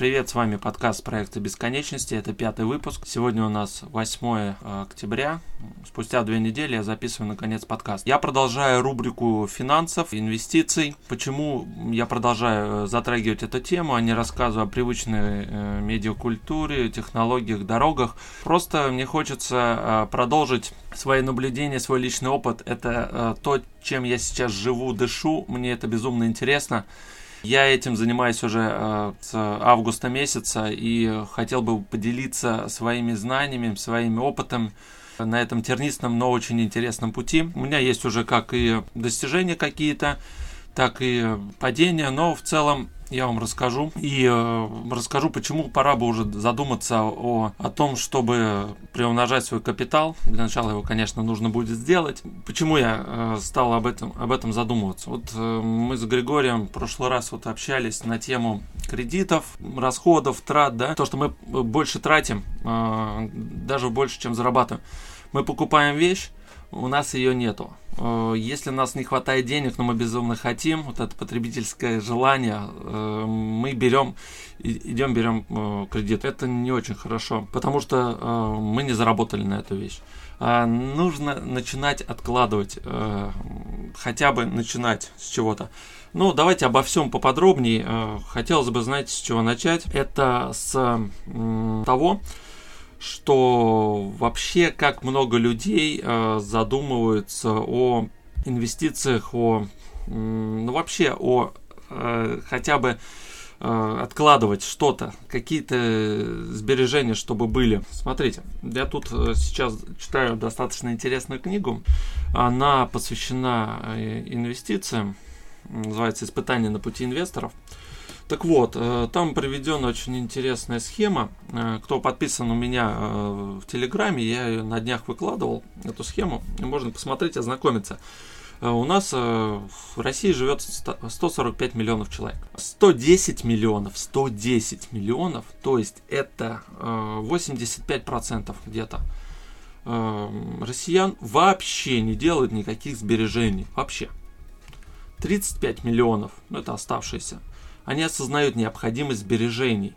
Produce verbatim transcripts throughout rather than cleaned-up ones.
Привет, с вами подкаст проекта Бесконечности, это пятый выпуск. Сегодня у нас восьмое октября. Спустя две недели я записываю наконец подкаст. Я продолжаю рубрику финансов, инвестиций. Почему я продолжаю затрагивать эту тему, а не рассказываю о привычной э, медиакультуре, технологиях, дорогах? Просто мне хочется э, продолжить свои наблюдения, свой личный опыт. Это э, то, чем я сейчас живу, дышу. Мне это безумно интересно. Я этим занимаюсь уже э, с августа месяца и хотел бы поделиться своими знаниями, своим опытом на этом тернистом, но очень интересном пути. У меня есть уже как и достижения какие-то, так и падения, но в целом я вам расскажу. И э, расскажу, почему пора бы уже задуматься о, о том, чтобы приумножать свой капитал. Для начала его, конечно, нужно будет сделать. Почему я э, стал об этом, об этом задумываться? Вот э, мы с Григорием в прошлый раз вот общались на тему кредитов, расходов, трат, да. То, что мы больше тратим, э, даже больше, чем зарабатываем. Мы покупаем вещь, у нас ее нету. Если у нас не хватает денег, но мы безумно хотим, вот это потребительское желание, мы берем, идем берем кредит. Это не очень хорошо, потому что мы не заработали на эту вещь. Нужно начинать откладывать, хотя бы начинать с чего-то. Ну, давайте обо всем поподробнее. Хотелось бы, знаете, с чего начать. Это с того, что вообще как много людей э, задумываются о инвестициях, о, ну вообще о э, хотя бы э, откладывать что-то, какие-то сбережения, чтобы были. Смотрите, я тут сейчас читаю достаточно интересную книгу, она посвящена инвестициям, называется «Испытание на пути инвесторов». Так вот, там приведена очень интересная схема. Кто подписан у меня в Телеграме, я ее на днях выкладывал, эту схему, можно посмотреть, ознакомиться. У нас в России живет сто сорок пять миллионов человек. сто десять миллионов, сто десять миллионов, то есть это восемьдесят пять процентов где-то россиян вообще не делают никаких сбережений. Вообще. тридцать пять миллионов, ну это оставшиеся. Они осознают необходимость сбережений.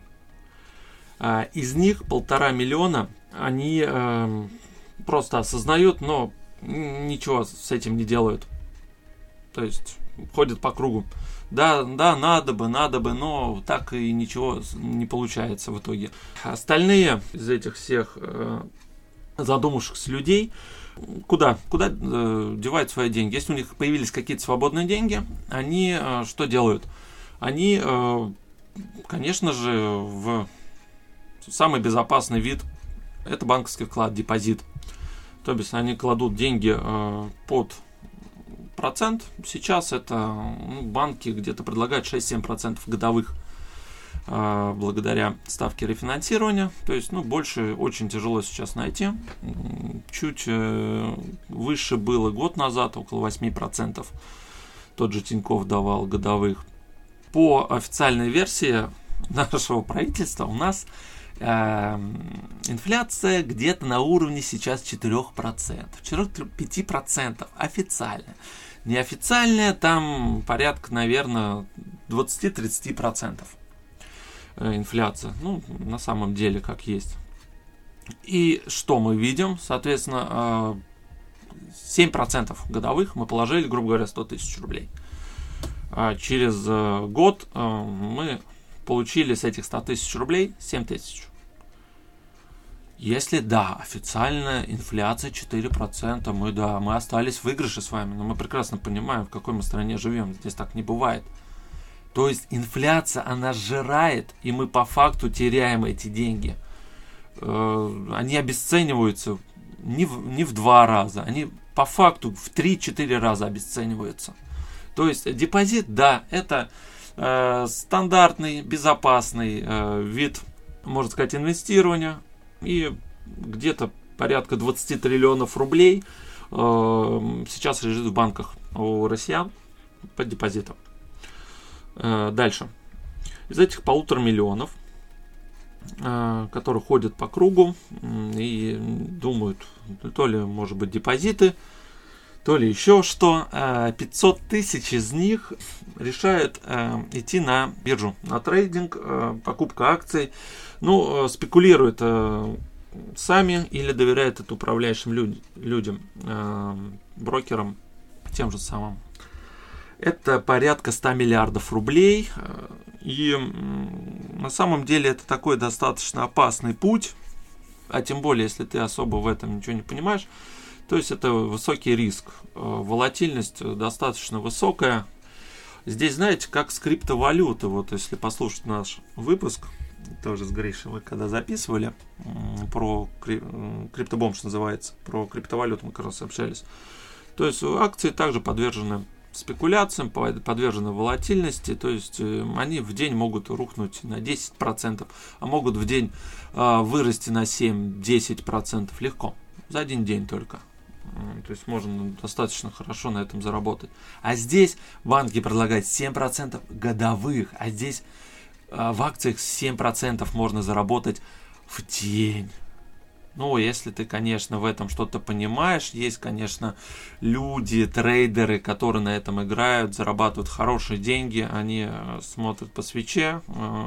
Из них полтора миллиона они э, просто осознают, но ничего с этим не делают. То есть ходят по кругу. Да, да, надо бы, надо бы, но так и ничего не получается в итоге. Остальные из этих всех э, задумавшихся людей Куда? Куда э, девают свои деньги? Если у них появились какие-то свободные деньги, они э, что делают? Они, э, конечно же, в самый безопасный вид – это банковский вклад, депозит. То есть они кладут деньги э, под процент. Сейчас это ну, банки где-то предлагают шесть-семь процентов годовых э, благодаря ставке рефинансирования. То есть, ну, больше очень тяжело сейчас найти. Чуть э, выше было год назад, около восемь процентов. Тот же Тинькофф давал годовых. По официальной версии нашего правительства у нас э, инфляция где-то на уровне сейчас четыре процента. четыре-пять процентов официально. Неофициальная там порядка, наверное, двадцать-тридцать процентов инфляция. Ну, на самом деле, как есть. И что мы видим? Соответственно, семь процентов годовых мы положили, грубо говоря, сто тысяч рублей. А через год мы получили с этих ста тысяч рублей семь тысяч. Если да, официальная инфляция четыре процента, мы да, мы остались в выигрыше с вами, но мы прекрасно понимаем, в какой мы стране живем, здесь так не бывает. То есть инфляция, она сжирает, и мы по факту теряем эти деньги. Они обесцениваются не в, не в два раза, они по факту в три-четыре раза обесцениваются. То есть депозит, да, это э, стандартный, безопасный э, вид, можно сказать, инвестирования. И где-то порядка двадцать триллионов рублей э, сейчас лежит в банках у россиян под депозитом. Э, дальше. Из этих полутора миллионов, э, которые ходят по кругу и думают, то ли, может быть, депозиты, то ли еще что. пятьсот тысяч из них решают идти на биржу, на трейдинг, покупка акций. Ну, спекулируют сами или доверяют это управляющим люд- людям, брокерам, тем же самым. Это порядка ста миллиардов рублей. И на самом деле это такой достаточно опасный путь. А тем более, если ты особо в этом ничего не понимаешь. То есть это высокий риск. Волатильность достаточно высокая. Здесь, знаете, как с криптовалютой. Вот если послушать наш выпуск, тоже с Гришей мы когда записывали, про криптобомж называется, про криптовалюту мы как раз общались. То есть акции также подвержены спекуляциям, подвержены волатильности, то есть они в день могут рухнуть на десять процентов, а могут в день э, вырасти на семь-десять процентов легко, за один день только. То есть можно достаточно хорошо на этом заработать. А здесь банки предлагают семь процентов годовых, а здесь э, в акциях семь процентов можно заработать в день. Ну, если ты, конечно, в этом что-то понимаешь, есть, конечно, люди, трейдеры, которые на этом играют, зарабатывают хорошие деньги, они смотрят по свече,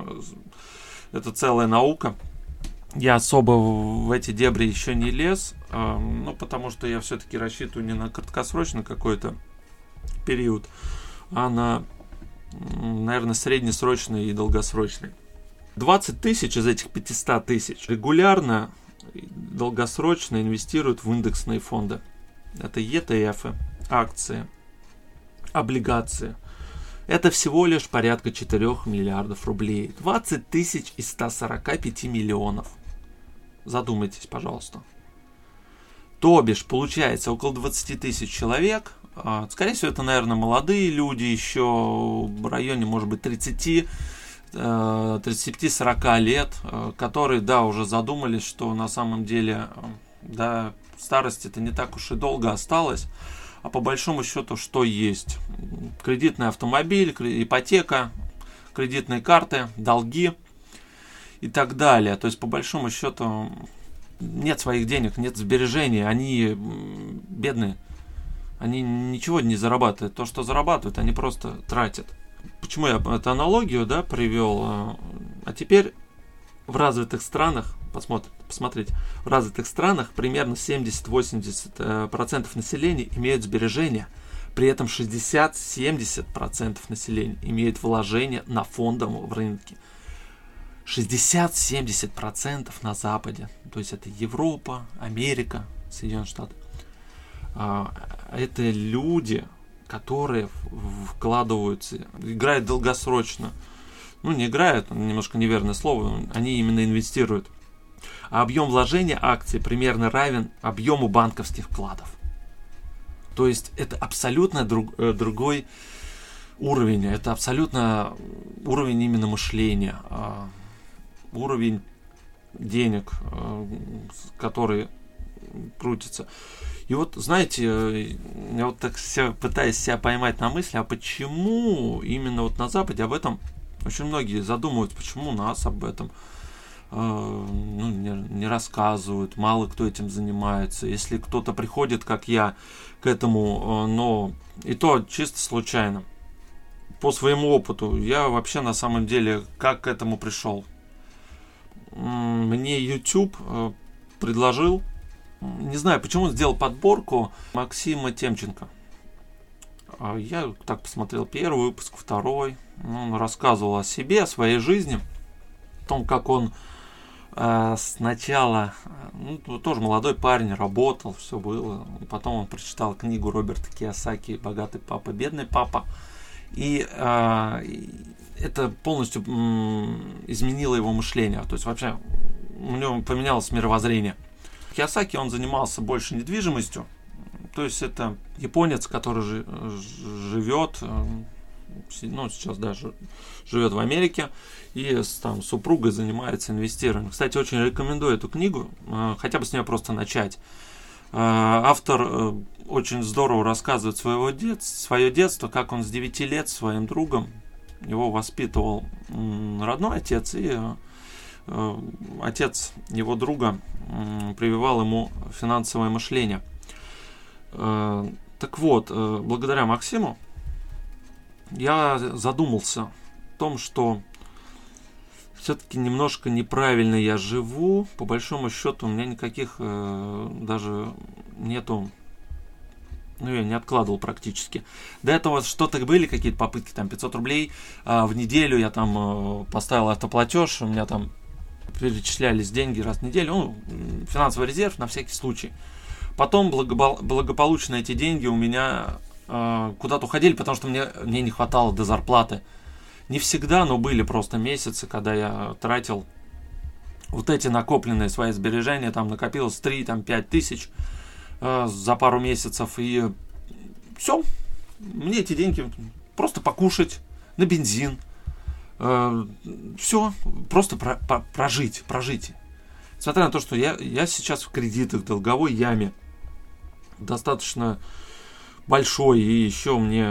это целая наука. Я особо в эти дебри еще не лез, ну, потому что я все-таки рассчитываю не на краткосрочный какой-то период, а на, наверное, среднесрочный и долгосрочный. двадцать тысяч из этих пятьсот тысяч регулярно долгосрочно инвестируют в индексные фонды. Это и ти эф, акции, облигации. Это всего лишь порядка четырёх миллиардов рублей. двадцать тысяч из ста сорока пяти миллионов. Задумайтесь, пожалуйста. То бишь, получается около двадцать тысяч человек. Скорее всего, это, наверное, молодые люди, еще в районе, может быть, тридцати тридцати пяти сорока лет, которые, да, уже задумались, что на самом деле, да, старости-то не так уж и долго осталось, а по большому счету, что есть? Кредитный автомобиль, ипотека, кредитные карты, долги и так далее. То есть, по большому счету, нет своих денег, нет сбережений, они бедные, они ничего не зарабатывают. То, что зарабатывают, они просто тратят. Почему я эту аналогию, да, привел? А теперь в развитых странах, посмотрите, посмотрите, в развитых странах примерно семьдесят-восемьдесят процентов населения имеют сбережения, при этом шестьдесят-семьдесят процентов населения имеют вложения на фондовом рынке. шестьдесят-семьдесят процентов на Западе, то есть это Европа, Америка, Соединенные Штаты. Это люди, которые вкладываются, играют долгосрочно. Ну, не играют, немножко неверное слово, они именно инвестируют. А объем вложения акций примерно равен объему банковских вкладов. То есть это абсолютно друг, другой уровень, это абсолютно уровень именно мышления, уровень денег, который крутится. И вот, знаете, я вот так все пытаюсь себя поймать на мысли, а почему именно вот на Западе об этом очень многие задумываются, почему у нас об этом э, ну, не, не рассказывают, мало кто этим занимается. Если кто-то приходит, как я, к этому, э, но и то чисто случайно. По своему опыту, я вообще на самом деле как к этому пришел? Мне YouTube э, предложил, не знаю, почему он сделал подборку Максима Темченко. Я так посмотрел первый выпуск, второй. Он рассказывал о себе, о своей жизни, о том, как он э, сначала, ну, тоже молодой парень, работал, все было. Потом он прочитал книгу Роберта Кийосаки «Богатый папа, бедный папа». И э, это полностью м, изменило его мышление. То есть вообще у него поменялось мировоззрение. Кийосаки, он занимался больше недвижимостью, то есть это японец, который жи- живет, ну сейчас даже живет в Америке и с там, супругой занимается инвестированием. Кстати, очень рекомендую эту книгу, хотя бы с нее просто начать. Автор очень здорово рассказывает своего дет- свое детство, как он с девяти лет своим другом, его воспитывал родной отец, и отец его друга прививал ему финансовое мышление. Так вот, благодаря Максиму я задумался о том, что все-таки немножко неправильно я живу. По большому счету у меня никаких э, даже нету, ну я не откладывал практически. До этого что-то были, какие-то попытки, там пятьсот рублей э, в неделю я там э, поставил автоплатеж, у меня там перечислялись деньги раз в неделю, ну, финансовый резерв на всякий случай. Потом благопол- благополучно эти деньги у меня э, куда-то уходили, потому что мне, мне не хватало до зарплаты. Не всегда, но были просто месяцы, когда я тратил вот эти накопленные свои сбережения, там накопилось три-пять тысяч э, за пару месяцев, и все, мне эти деньги просто покушать, на бензин, э, все, просто про, про, прожить, прожить. Несмотря на то, что я, я сейчас в кредитах, в долговой яме, достаточно большой, и еще мне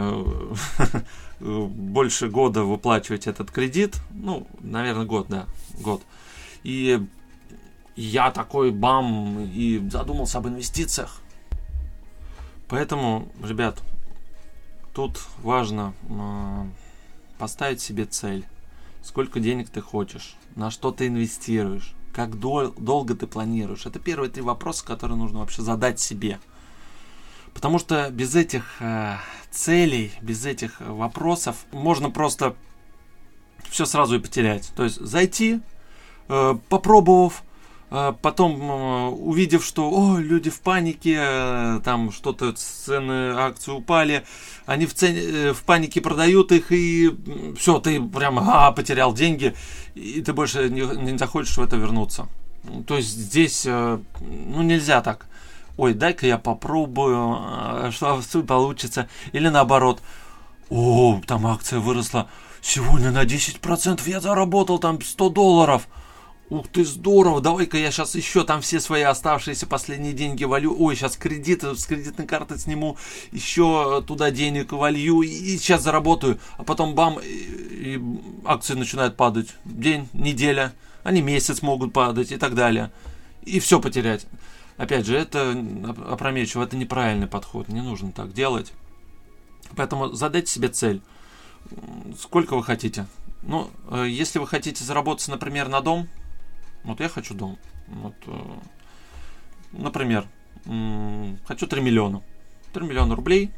больше года выплачивать этот кредит. Ну, наверное, год, да, год. И я такой бам, и задумался об инвестициях. Поэтому, ребят, тут важно э, поставить себе цель. Сколько денег ты хочешь, на что ты инвестируешь, как дол- долго ты планируешь. Это первые три вопроса, которые нужно вообще задать себе. Потому что без этих э, целей, без этих вопросов можно просто все сразу и потерять. То есть зайти, э, попробовав, э, потом э, увидев, что о, люди в панике, э, там что-то, цены акций упали, они в, цене, э, в панике продают их, и э, все, ты прямо а, потерял деньги, и ты больше не, не захочешь в это вернуться. То есть здесь э, ну, нельзя так. Ой, дай-ка я попробую, что получится. Или наоборот, о, там акция выросла сегодня на десять процентов, я заработал там сто долларов. Ух ты, здорово, давай-ка я сейчас еще там все свои оставшиеся последние деньги валю. Ой, сейчас кредит, с кредитной карты сниму, еще туда денег волью и сейчас заработаю. А потом бам, и, и акции начинают падать. День, неделя, они месяц могут падать и так далее. И все потерять. Опять же, это опрометчиво, это неправильный подход, не нужно так делать. Поэтому задайте себе цель. Сколько вы хотите? Ну, если вы хотите заработать, например, на дом, вот я хочу дом. Вот, например, хочу три миллиона. три миллиона рублей.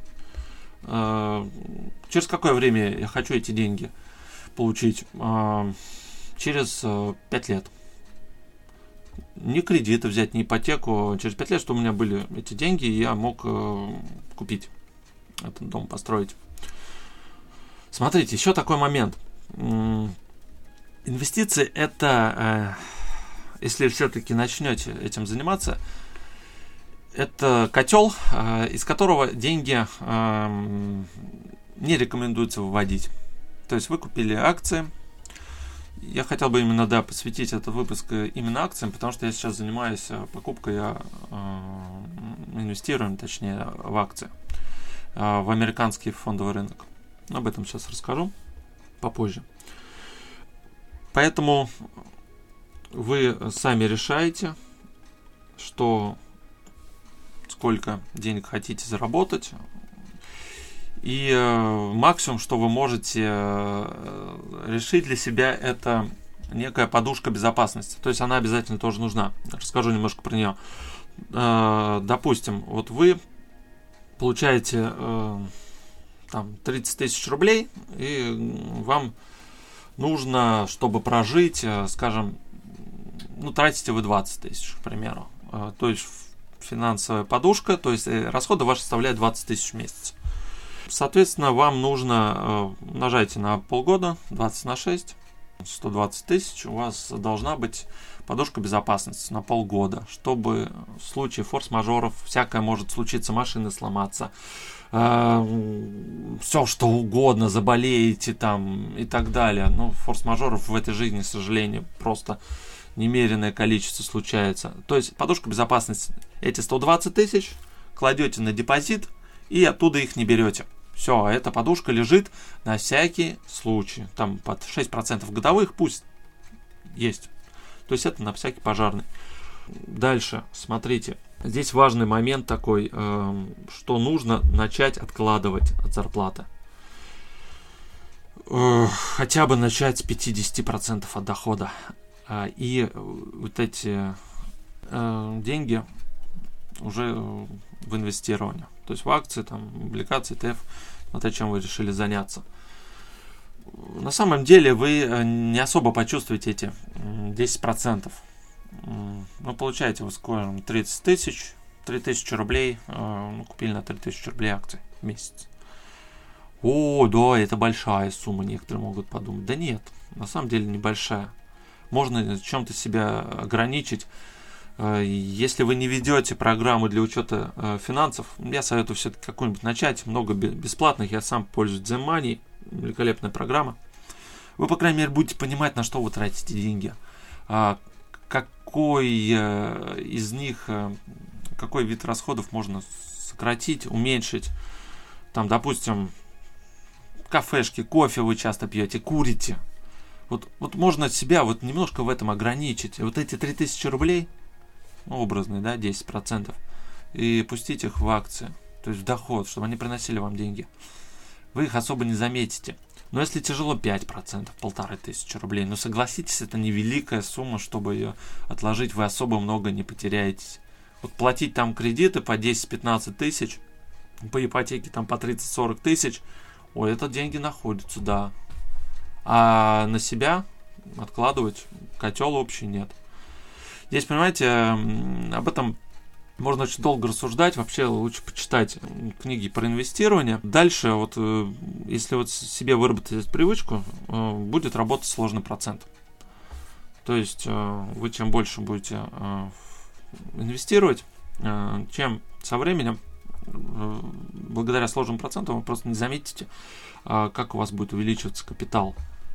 Через какое время я хочу эти деньги получить? Через пять лет. Не кредиты взять, не ипотеку. Через пять лет, чтобы у меня были эти деньги, и я мог э, купить этот дом, построить. Смотрите, еще такой момент. Инвестиции – это, э, если все-таки начнете этим заниматься, это котел, э, из которого деньги э, не рекомендуется выводить. То есть вы купили акции. Я хотел бы именно, да, посвятить этот выпуск именно акциям, потому что я сейчас занимаюсь покупкой, я, э, инвестирую, точнее, в акции, э, в американский фондовый рынок. Об этом сейчас расскажу попозже. Поэтому вы сами решаете, что сколько денег хотите заработать. И э, максимум, что вы можете э, решить для себя, это некая подушка безопасности. То есть она обязательно тоже нужна. Расскажу немножко про нее. Э, допустим, вот вы получаете э, там тридцать тысяч рублей, и вам нужно, чтобы прожить, э, скажем, ну, тратите вы двадцать тысяч, к примеру. Э, то есть финансовая подушка, то есть э, расходы ваши составляют двадцать тысяч в месяц. Соответственно, вам нужно, э, нажайте на полгода, двадцать на шесть, сто двадцать тысяч, у вас должна быть подушка безопасности на полгода, чтобы в случае форс-мажоров, всякое может случиться, машины сломаться, э, все что угодно, заболеете там и так далее. Ну, форс-мажоров в этой жизни, к сожалению, просто немеренное количество случается. То есть подушка безопасности, эти сто двадцать тысяч кладете на депозит и оттуда их не берете. Все, эта подушка лежит на всякий случай. Там под шесть процентов годовых пусть есть. То есть это на всякий пожарный. Дальше, смотрите. Здесь важный момент такой, что нужно начать откладывать от зарплаты. Хотя бы начать с пятьдесят процентов от дохода. И вот эти деньги уже в инвестирование. То есть в акции, там, облигации, и ти эф, вот о чем вы решили заняться. На самом деле вы не особо почувствуете эти десять процентов. Ну, получаете вы, скажем, тридцать тысяч, три тысячи рублей, ну, купили на три тысячи рублей акций в месяц. О, да, это большая сумма, некоторые могут подумать. Да нет, на самом деле небольшая. Можно чем-то себя ограничить. Если вы не ведете программы для учета финансов, я советую все-таки какую-нибудь начать. Много бесплатных, я сам пользуюсь ZenMoney, великолепная программа. Вы, по крайней мере, будете понимать, на что вы тратите деньги. Какой из них, какой вид расходов можно сократить, уменьшить. Там, допустим, кафешки, кофе вы часто пьете, курите. Вот, вот можно себя вот немножко в этом ограничить. Вот эти три тысячи рублей, ну, образные, да, десять процентов, и пустить их в акции, то есть в доход, чтобы они приносили вам деньги. Вы их особо не заметите. Но если тяжело, пять процентов, полторы тысячи рублей. Но согласитесь, это невеликая сумма, чтобы ее отложить, вы особо много не потеряетесь. Вот платить там кредиты по десять-пятнадцать тысяч, по ипотеке там по тридцать-сорок тысяч, ой, это деньги находятся, да. А на себя откладывать котел общий нет. Здесь, понимаете, об этом можно очень долго рассуждать. Вообще лучше почитать книги про инвестирование. Дальше, вот если вот себе выработать эту привычку, будет работать сложный процент. То есть вы чем больше будете инвестировать, чем со временем, благодаря сложным процентам, вы просто не заметите, как у вас будет увеличиваться капитал.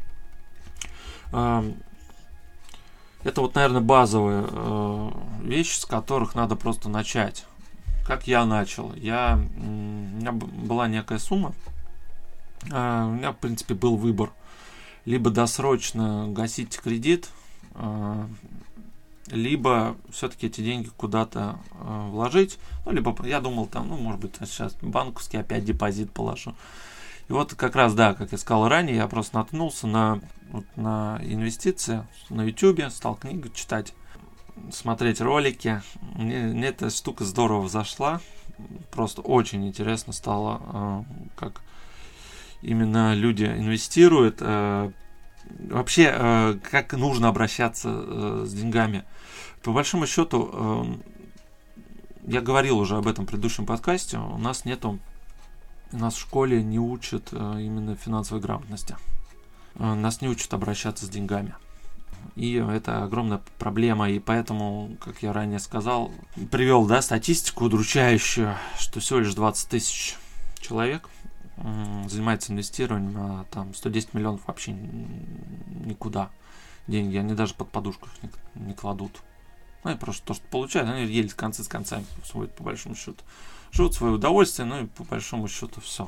Это вот, наверное, базовые э, вещи, с которых надо просто начать. Как я начал? Я, у меня была некая сумма. Э, у меня, в принципе, был выбор. Либо досрочно гасить кредит, э, либо все-таки эти деньги куда-то э, вложить. Ну, либо я думал, там, ну, может быть, сейчас банковский опять депозит положу. И вот как раз, да, как я сказал ранее, я просто наткнулся на, вот, на инвестиции на YouTube, стал книгу читать, смотреть ролики. Мне, мне эта штука здорово зашла. Просто очень интересно стало, э, как именно люди инвестируют. Э, вообще, э, как нужно обращаться э, с деньгами. По большому счету, э, я говорил уже об этом в предыдущем подкасте, у нас нету Нас в школе не учат э, именно финансовой грамотности. Э, нас не учат обращаться с деньгами. И это огромная проблема. И поэтому, как я ранее сказал, привел, да, статистику удручающую, что всего лишь двадцать тысяч человек э, занимается инвестированием, а там сто десять миллионов вообще никуда деньги. Они даже под подушку их не, не кладут. Ну и просто то, что получают, они еле концы с концами сводят, по большому счету. Живут в свое удовольствие, ну и по большому счету все.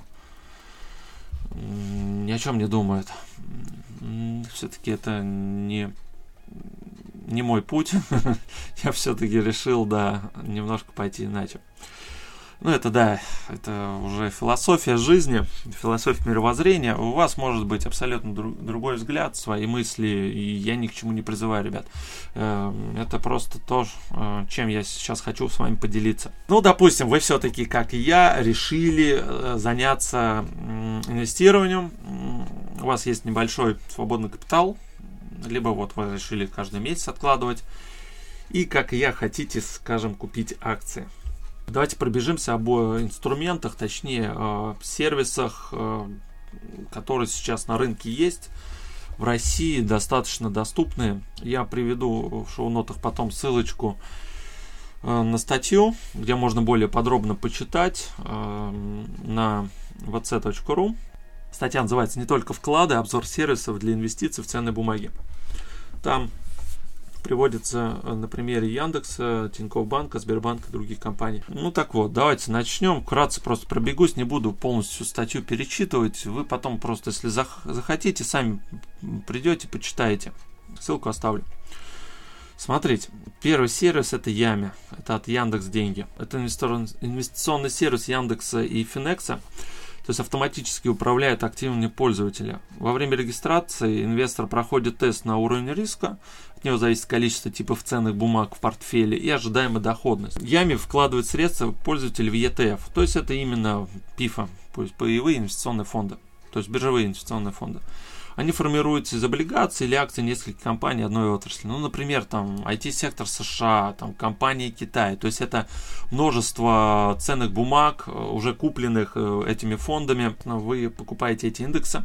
Ни о чем не думают. Все-таки это не, не мой путь. Я все-таки решил, да, немножко пойти иначе. Ну, это да, это уже философия жизни, философия мировоззрения. У вас может быть абсолютно друг, другой взгляд, свои мысли, и я ни к чему не призываю, ребят. Это просто то, чем я сейчас хочу с вами поделиться. Ну, допустим, вы все-таки, как и я, решили заняться инвестированием. У вас есть небольшой свободный капитал, либо вот вы решили каждый месяц откладывать, и, как и я, хотите, скажем, купить акции. Давайте пробежимся об инструментах, точнее, э, сервисах, э, которые сейчас на рынке есть. В России достаточно доступны. Я приведу в шоу-нотах потом ссылочку э, на статью, где можно более подробно почитать э, на ви си точка ру. Статья называется «Не только вклады, обзор сервисов для инвестиций в ценные бумаги». Там приводится на примере Яндекса, Тинькофф банка, Сбербанка и других компаний. Ну так вот, давайте начнем. Вкратце просто пробегусь, не буду полностью статью перечитывать. Вы потом просто, если зах- захотите, сами придете, почитаете. Ссылку оставлю. Смотрите, первый сервис — это Ями, это от Яндекс.Деньги. Это инвестиционный сервис Яндекса и Финекса, то есть автоматически управляет активами пользователя. Во время регистрации инвестор проходит тест на уровень риска, от него зависит количество типов ценных бумаг в портфеле и ожидаемая доходность. Ями вкладывает средства пользователя в и ти эф, то есть это именно пифа, то есть паевые инвестиционные фонды, то есть биржевые инвестиционные фонды. Они формируются из облигаций или акций нескольких компаний одной отрасли. Ну, например, там ай ти-сектор США, там компании Китая. То есть это множество ценных бумаг, уже купленных этими фондами. Вы покупаете эти индексы.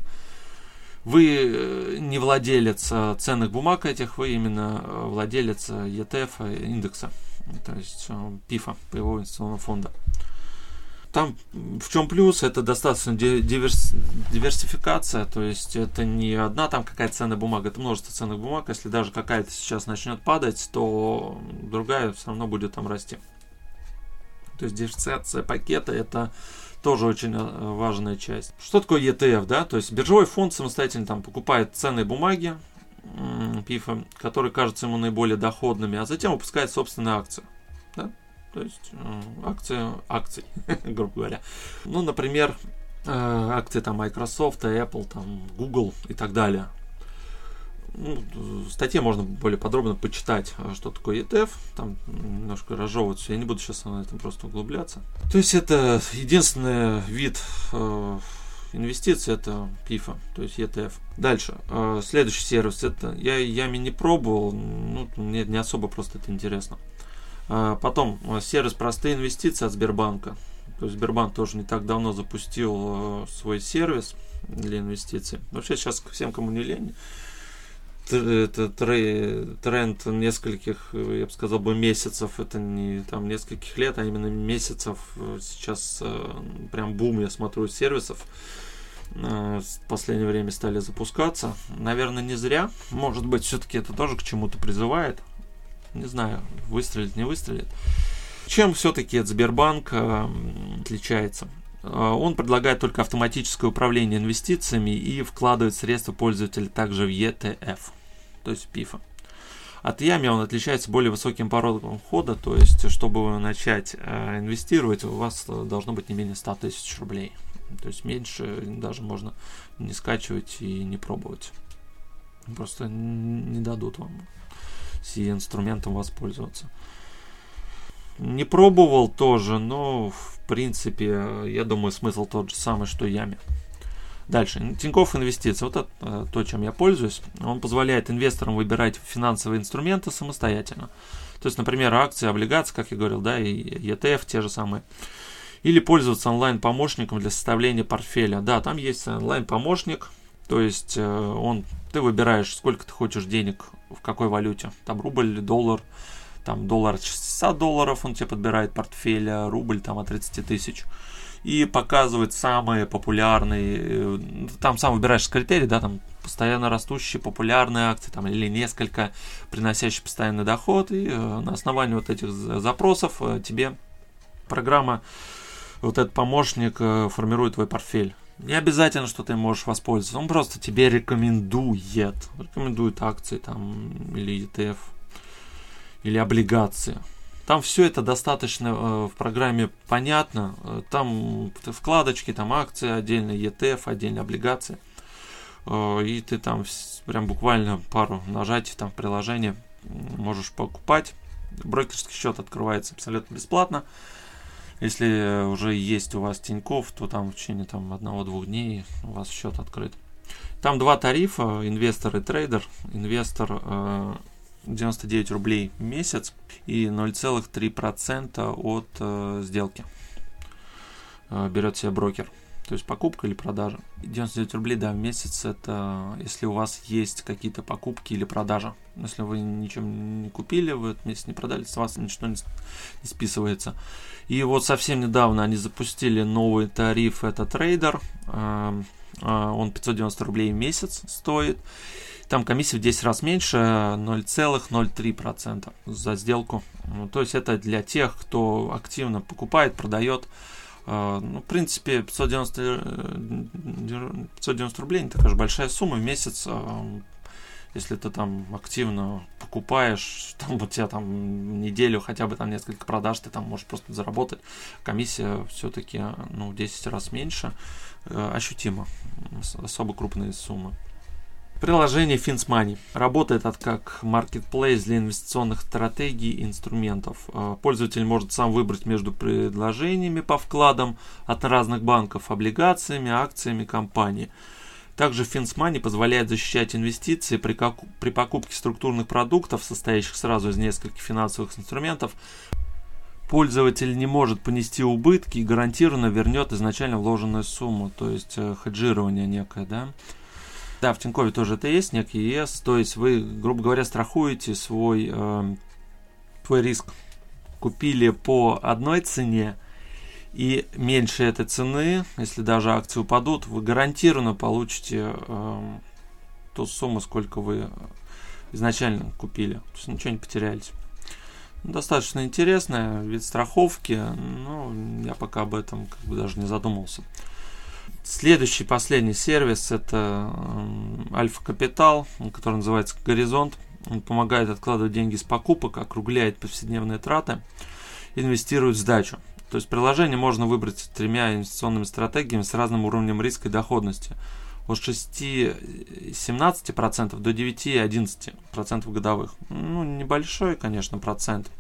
Вы не владелец ценных бумаг этих, вы именно владелец и ти эф индекса, то есть пифа, паевого инвестиционного фонда. Там в чем плюс? Это достаточно диверс, диверсификация, то есть это не одна там какая-то ценная бумага, это множество ценных бумаг. Если даже какая-то сейчас начнет падать, то другая все равно будет там расти. То есть диверсификация пакета — это тоже очень важная часть. Что такое и ти эф, да? То есть биржевой фонд самостоятельно там покупает ценные бумаги, пифа, которые кажутся ему наиболее доходными, а затем выпускает собственные акции. Да? То есть э, акции, акций, грубо говоря. Ну, например, э, акции там Microsoft, Apple, там, Google и так далее. Ну, в статье можно более подробно почитать, что такое и ти эф. Там немножко разжевываться. Я не буду сейчас на этом просто углубляться. То есть это единственный вид э, инвестиций, это пифа, то есть и ти эф. Дальше. Э, следующий сервис. Это я Ями не пробовал. Ну, мне не особо просто это интересно. Потом сервис «Простые инвестиции» от Сбербанка. То есть Сбербанк тоже не так давно запустил свой сервис для инвестиций. Вообще сейчас всем, кому не лень, это тренд нескольких, я бы сказал, бы месяцев. Это не там нескольких лет, а именно месяцев. Сейчас прям бум, я смотрю, сервисов в последнее время стали запускаться. Наверное, не зря. Может быть, все-таки это тоже к чему-то призывает. Не знаю, выстрелит, не выстрелит. Чем все-таки этот Сбербанк э, отличается? Э, он предлагает только автоматическое управление инвестициями и вкладывает средства пользователя также в и ти эф, то есть пифа. От Ями он отличается более высоким порогом входа, то есть, чтобы начать э, инвестировать, у вас должно быть не менее сто тысяч рублей. То есть меньше даже можно не скачивать и не пробовать. Просто не дадут вам сим инструментом воспользоваться. Не пробовал тоже, но в принципе, я думаю, смысл тот же самый, что Ями. Дальше. Тинькофф Инвестиции. Вот это то, чем я пользуюсь. Он позволяет инвесторам выбирать финансовые инструменты самостоятельно. То есть, например, акции, облигации, как я говорил, да, и и ти эф те же самые. Или пользоваться онлайн-помощником для составления портфеля. Да, там есть онлайн-помощник. То есть он, ты выбираешь, сколько ты хочешь денег, в какой валюте. Там рубль или доллар. Там доллар от шестисот долларов он тебе подбирает портфель, а рубль там от тридцати тысяч. И показывает самые популярные. Там сам выбираешь критерии, да, там постоянно растущие популярные акции, там, или несколько приносящие постоянный доход. И на основании вот этих запросов тебе программа, вот этот помощник формирует твой портфель. Не обязательно, что ты можешь воспользоваться. Он просто тебе рекомендует. Рекомендует акции там, или и ти эф, или облигации. Там все это достаточно э, в программе понятно. Там вкладочки, там акции отдельно, и ти эф отдельно, облигации. Э, и ты там прям буквально пару нажатий там в приложении можешь покупать. Брокерский счет открывается абсолютно бесплатно. Если уже есть у вас Тинькофф, то там в течение там, одного-двух дней у вас счет открыт. Там два тарифа, инвестор и трейдер. Инвестор э, девяносто девять рублей в месяц и ноль целых три десятых процента от э, сделки э, берет себе брокер. То есть покупка или продажа. девяносто девять рублей, да, в месяц, это если у вас есть какие-то покупки или продажа. Если вы ничем не купили, вы этот месяц не продали, с вас ничего не, не списывается. И вот совсем недавно они запустили новый тариф, это трейдер. Э, э, он пятьсот девяносто рублей в месяц стоит. Там комиссия в десять раз меньше, ноль целых ноль три десятых процента за сделку. То есть это для тех, кто активно покупает, продает. Ну, в принципе, пятьсот девяносто рублей не такая же большая сумма в месяц. Если ты там активно покупаешь, там у тебя там неделю хотя бы там несколько продаж, ты там можешь просто заработать. Комиссия все-таки ну, в десять раз меньше, э, ощутимо, особо крупные суммы. Приложение FinceMoney работает от как marketplace для инвестиционных стратегий и инструментов. Пользователь может сам выбрать между предложениями по вкладам от разных банков, облигациями, акциями компании. Также FinceMoney позволяет защищать инвестиции при, как... при покупке структурных продуктов, состоящих сразу из нескольких финансовых инструментов. Пользователь не может понести убытки и гарантированно вернет изначально вложенную сумму, то есть хеджирование некое, да. Да, в Тинькове тоже это есть, некий ЕС, то есть вы, грубо говоря, страхуете свой, э, свой риск. Купили по одной цене, и меньше этой цены, если даже акции упадут, вы гарантированно получите э, ту сумму, сколько вы изначально купили. То есть ничего не потеряете. Достаточно интересная вид страховки, но я пока об этом как бы даже не задумывался. Следующий, последний сервис — это Альфа Капитал, который называется Горизонт. Он помогает откладывать деньги с покупок, округляет повседневные траты, инвестирует в сдачу. То есть приложение можно выбрать с тремя инвестиционными стратегиями с разным уровнем риска и доходности. От шести целых семнадцати сотых процента до девяти целых одиннадцати сотых процента годовых. Ну, небольшой, конечно, процент.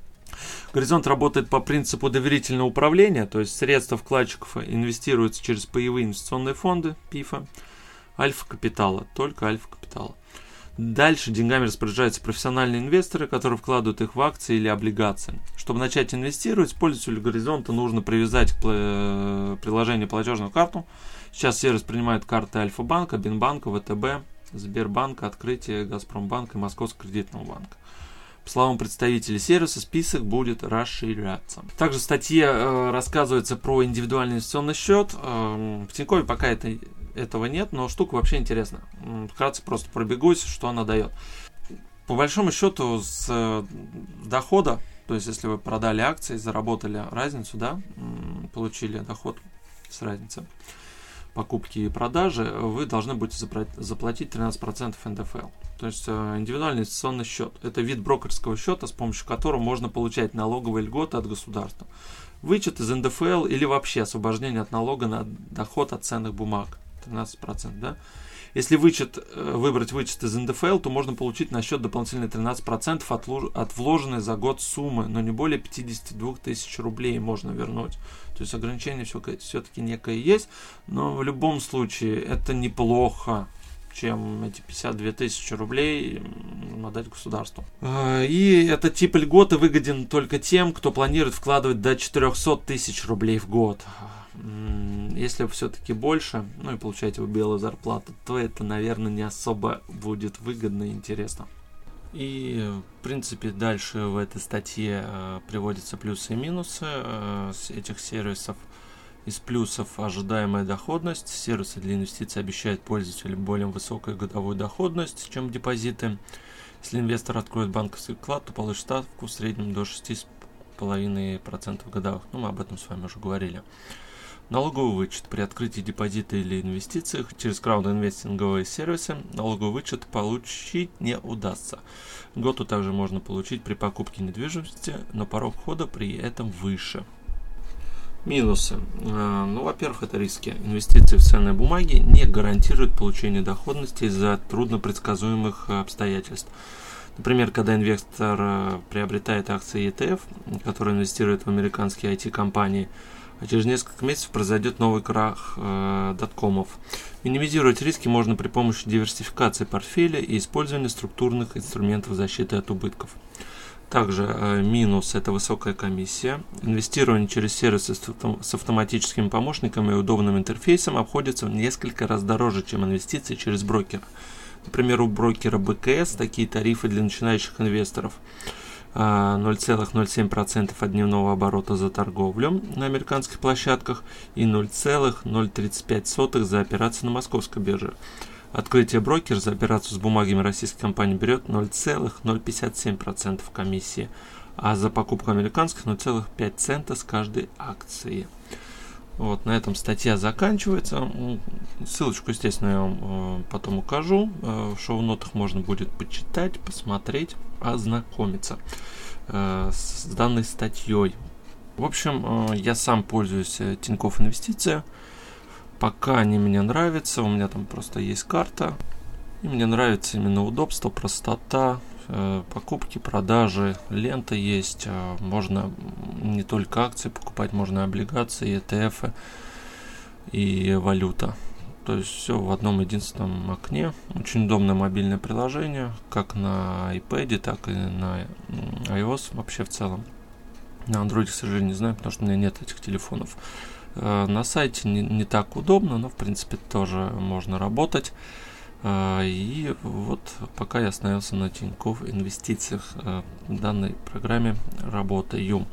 Горизонт работает по принципу доверительного управления, то есть средства вкладчиков инвестируются через паевые инвестиционные фонды, ПИФа, Альфа Капитала, только Альфа Капитала. Дальше деньгами распоряжаются профессиональные инвесторы, которые вкладывают их в акции или облигации. Чтобы начать инвестировать, пользователю Горизонта нужно привязать к приложению платежную карту. Сейчас сервис принимает карты Альфа-банка, Бинбанка, ВТБ, Сбербанка, Открытие, Газпромбанка и Московского кредитного банка. По словам представителей сервиса, список будет расширяться. Также в статье э, рассказывается про индивидуальный инвестиционный счет. Э, в Тинькове пока это, этого нет, но штука вообще интересная. Вкратце просто пробегусь, что она дает. По большому счету, с э, дохода, то есть если вы продали акции, заработали разницу, да, получили доход с разницы покупки и продажи, вы должны будете заплатить тринадцать процентов эн дэ эф эл. То есть индивидуальный инвестиционный счет. Это вид брокерского счета, с помощью которого можно получать налоговые льготы от государства. Вычет из эн дэ эф эл или вообще освобождение от налога на доход от ценных бумаг. тринадцать процентов, да? Если вычет, выбрать вычет из эн дэ эф эл, то можно получить на счет дополнительные тринадцать процентов от, от вложенной за год суммы, но не более пятьдесят две тысячи рублей можно вернуть. То есть ограничение все-таки некое есть, но в любом случае это неплохо, чем эти пятьдесят две тысячи рублей отдать государству. И этот тип льготы выгоден только тем, кто планирует вкладывать до четыреста тысяч рублей в год. Если все-таки больше, ну и получаете вы белую зарплату, то это, наверное, не особо будет выгодно и интересно. И, в принципе, дальше в этой статье э, приводятся плюсы и минусы э, этих сервисов. Из плюсов ожидаемая доходность. Сервисы для инвестиций обещают пользователю более высокую годовую доходность, чем депозиты. Если инвестор откроет банковский вклад, то получит ставку в среднем до шесть целых пять десятых процента годовых. Ну, мы об этом с вами уже говорили. Налоговый вычет. При открытии депозита или инвестициях через краудинвестинговые сервисы налоговый вычет получить не удастся. Льготу также можно получить при покупке недвижимости, но порог входа при этом выше. Минусы. Ну, во-первых, это риски. Инвестиции в ценные бумаги не гарантируют получение доходности из-за труднопредсказуемых обстоятельств. Например, когда инвестор приобретает акции и ти эф, которые инвестируют в американские ай ти-компании, а через несколько месяцев произойдет новый крах э, доткомов. Минимизировать риски можно при помощи диверсификации портфеля и использования структурных инструментов защиты от убытков. Также э, минус – это высокая комиссия. Инвестирование через сервисы с автоматическими помощниками и удобным интерфейсом обходится в несколько раз дороже, чем инвестиции через брокера. Например, у брокера бэ ка эс такие тарифы для начинающих инвесторов – ноль целых ноль семь сотых процента от дневного оборота за торговлю на американских площадках и ноль целых ноль тридцать пять сотых за операцию на московской бирже. Открытие брокера за операцию с бумагами российской компании берет ноль целых ноль пятьдесят семь процента комиссии, а за покупку американских ноль целых пять сотых цента с каждой акции. Вот, на этом статья заканчивается. Ссылочку, естественно, я вам потом укажу. В шоу-нотах можно будет почитать, посмотреть, ознакомиться с данной статьей. В общем, я сам пользуюсь Тинькофф Инвестиция. Пока они мне нравятся, у меня там просто есть карта. И мне нравится именно удобство, простота, покупки, продажи, лента есть. Можно не только акции покупать, можно и облигации, и и ти эф, и валюта. То есть все в одном единственном окне. Очень удобное мобильное приложение, как на iPad, так и на iOS вообще в целом. На Android, к сожалению, не знаю, потому что у меня нет этих телефонов. На сайте не, не так удобно, но в принципе тоже можно работать. И вот пока я остановился на Тинькофф Инвестициях, в данной программе работаю.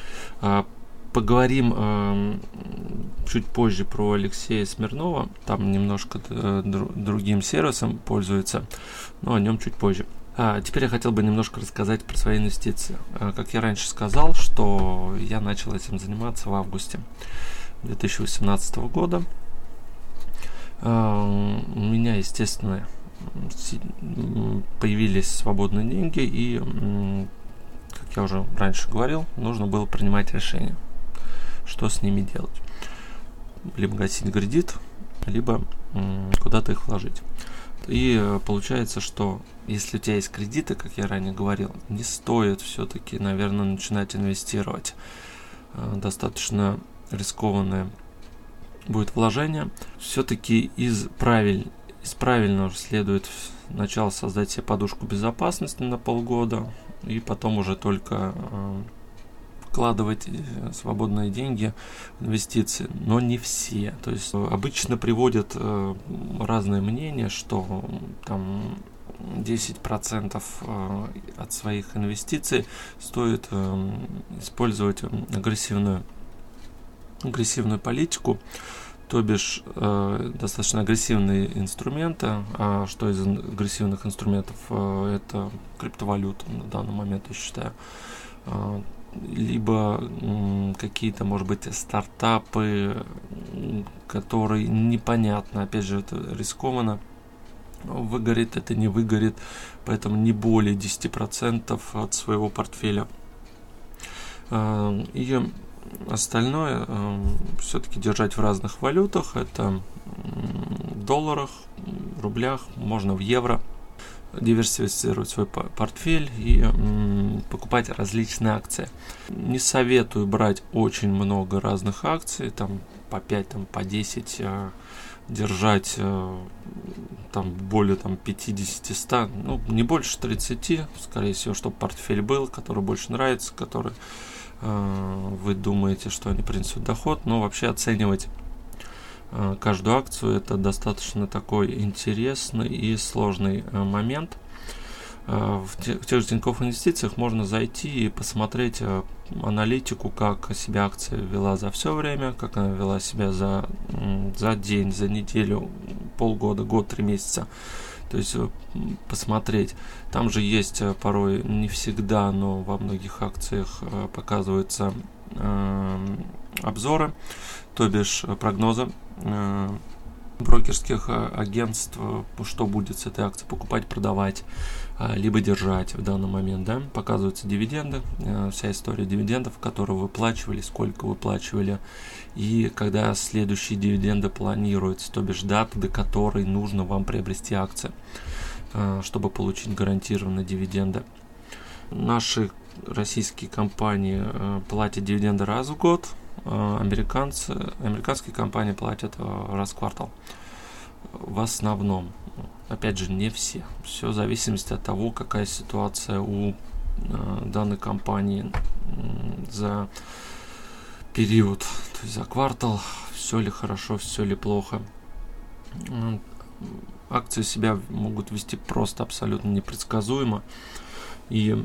Поговорим чуть позже про Алексея Смирнова. Там немножко другим сервисом пользуется, но о нем чуть позже. А теперь я хотел бы немножко рассказать про свои инвестиции. Как я раньше сказал, что я начал этим заниматься в августе две тысячи восемнадцатого года. У меня, естественно, появились свободные деньги, и, как я уже раньше говорил, нужно было принимать решение, что с ними делать. Либо гасить кредит, либо куда-то их вложить. И получается, что если у тебя есть кредиты, как я ранее говорил, не стоит все-таки, наверное, начинать инвестировать. Достаточно рискованное будет вложение. Все-таки из, правиль, из правильного следует сначала создать себе подушку безопасности на полгода, и потом уже только э, вкладывать свободные деньги в инвестиции, но не все. То есть обычно приводят э, разные мнения, что там десять процентов э, от своих инвестиций стоит э, использовать агрессивную агрессивную политику, то бишь э, достаточно агрессивные инструменты. А что из агрессивных инструментов? Э, это криптовалюта на данный момент, я считаю. Э, либо э, какие-то, может быть, стартапы, которые непонятно, опять же, это рискованно, выгорит это, не выгорит, поэтому не более десять процентов от своего портфеля. Э, и остальное э, все-таки держать в разных валютах. Это в долларах, в рублях, можно в евро. Диверсифицировать свой портфель и э, покупать различные акции. Не советую брать очень много разных акций, там по пять, там, по десять, э, держать э, там более там, пятьдесят-сто, ну не больше тридцати, скорее всего, чтобы портфель был, который больше нравится, который вы думаете, что они принесут доход, но вообще оценивать каждую акцию — это достаточно такой интересный и сложный момент. В тех же Тинькофф Инвестициях можно зайти и посмотреть аналитику, как себя акция вела за все время, как она вела себя за, за день, за неделю, полгода, год, три месяца. То есть посмотреть. Там же есть порой, не всегда, но во многих акциях показываются э, обзоры, то бишь прогнозы э, брокерских агентств, что будет с этой акцией, покупать, продавать, либо держать в данный момент. Да? Показываются дивиденды, вся история дивидендов, которые выплачивали, сколько выплачивали, и когда следующие дивиденды планируются, то бишь дата, до которой нужно вам приобрести акции, чтобы получить гарантированные дивиденды. Наши российские компании платят дивиденды раз в год, американцы, американские компании платят раз в квартал. В основном, опять же, не все. Все в зависимости от того, какая ситуация у э, данной компании э, за период, то есть за квартал, все ли хорошо, все ли плохо. Э, акции себя могут вести просто абсолютно непредсказуемо, и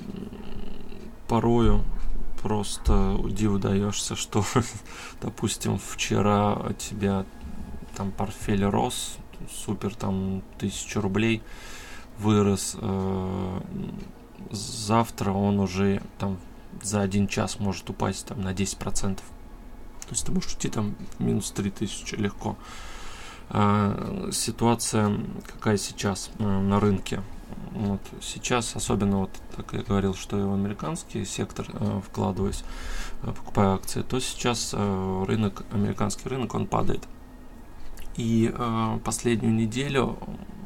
порою просто диву даешься, что, допустим, вчера у тебя там портфель рос, супер, там тысячу рублей вырос, э, завтра он уже там за один час может упасть там на десять процентов. То есть ты можешь уйти там минус три тысячи легко. А, ситуация какая сейчас а, на рынке? Вот сейчас, особенно вот, так я говорил, что я в американский сектор э, вкладываюсь, э, покупаю акции, то сейчас э, рынок, американский рынок, он падает. И э, последнюю неделю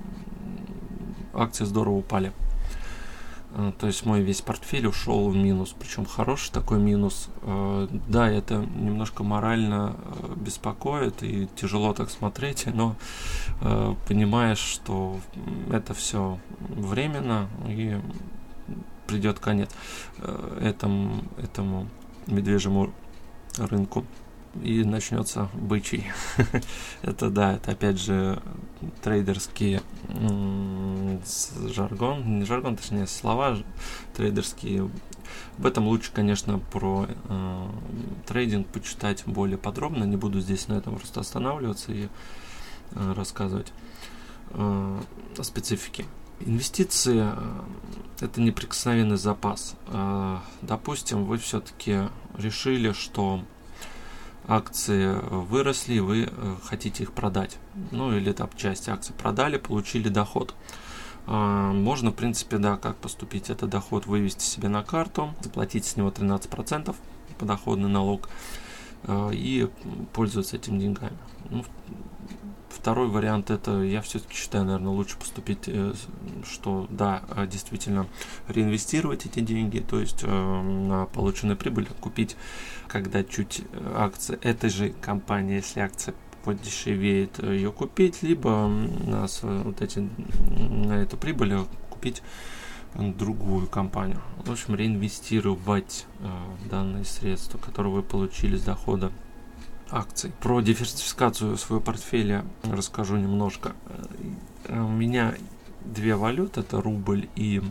акции здорово упали. Э, то есть мой весь портфель ушел в минус, причем хороший такой минус. Э, да, это немножко морально э, беспокоит и тяжело так смотреть, но э, понимаешь, что это все временно и придет конец э, этому, этому медвежьему рынку. И начнется бычий. Это да, это опять же трейдерский м- жаргон, не жаргон, точнее слова трейдерские. Об этом лучше, конечно, про э, трейдинг почитать более подробно. Не буду здесь на этом просто останавливаться и э, рассказывать э, о специфике. Инвестиции э, это неприкосновенный запас. Э, допустим, вы все-таки решили, что акции выросли, и вы э, хотите их продать. Ну или там часть акций продали, получили доход. Э, можно, в принципе, да, как поступить? Этот доход вывести себе на карту, заплатить с него тринадцать процентов подоходный налог э, и пользоваться этими деньгами. Ну, второй вариант, это я все-таки считаю, наверное, лучше поступить, э, что да, действительно реинвестировать эти деньги, то есть э, на полученную прибыль купить, когда чуть акции этой же компании, если акция подешевеет, ее купить, либо на, вот эти, на эту прибыль купить другую компанию. В общем, реинвестировать э, данные средства, которые вы получили с дохода акций. Про диверсификацию своего портфеля расскажу немножко. У меня две валюты, это рубль и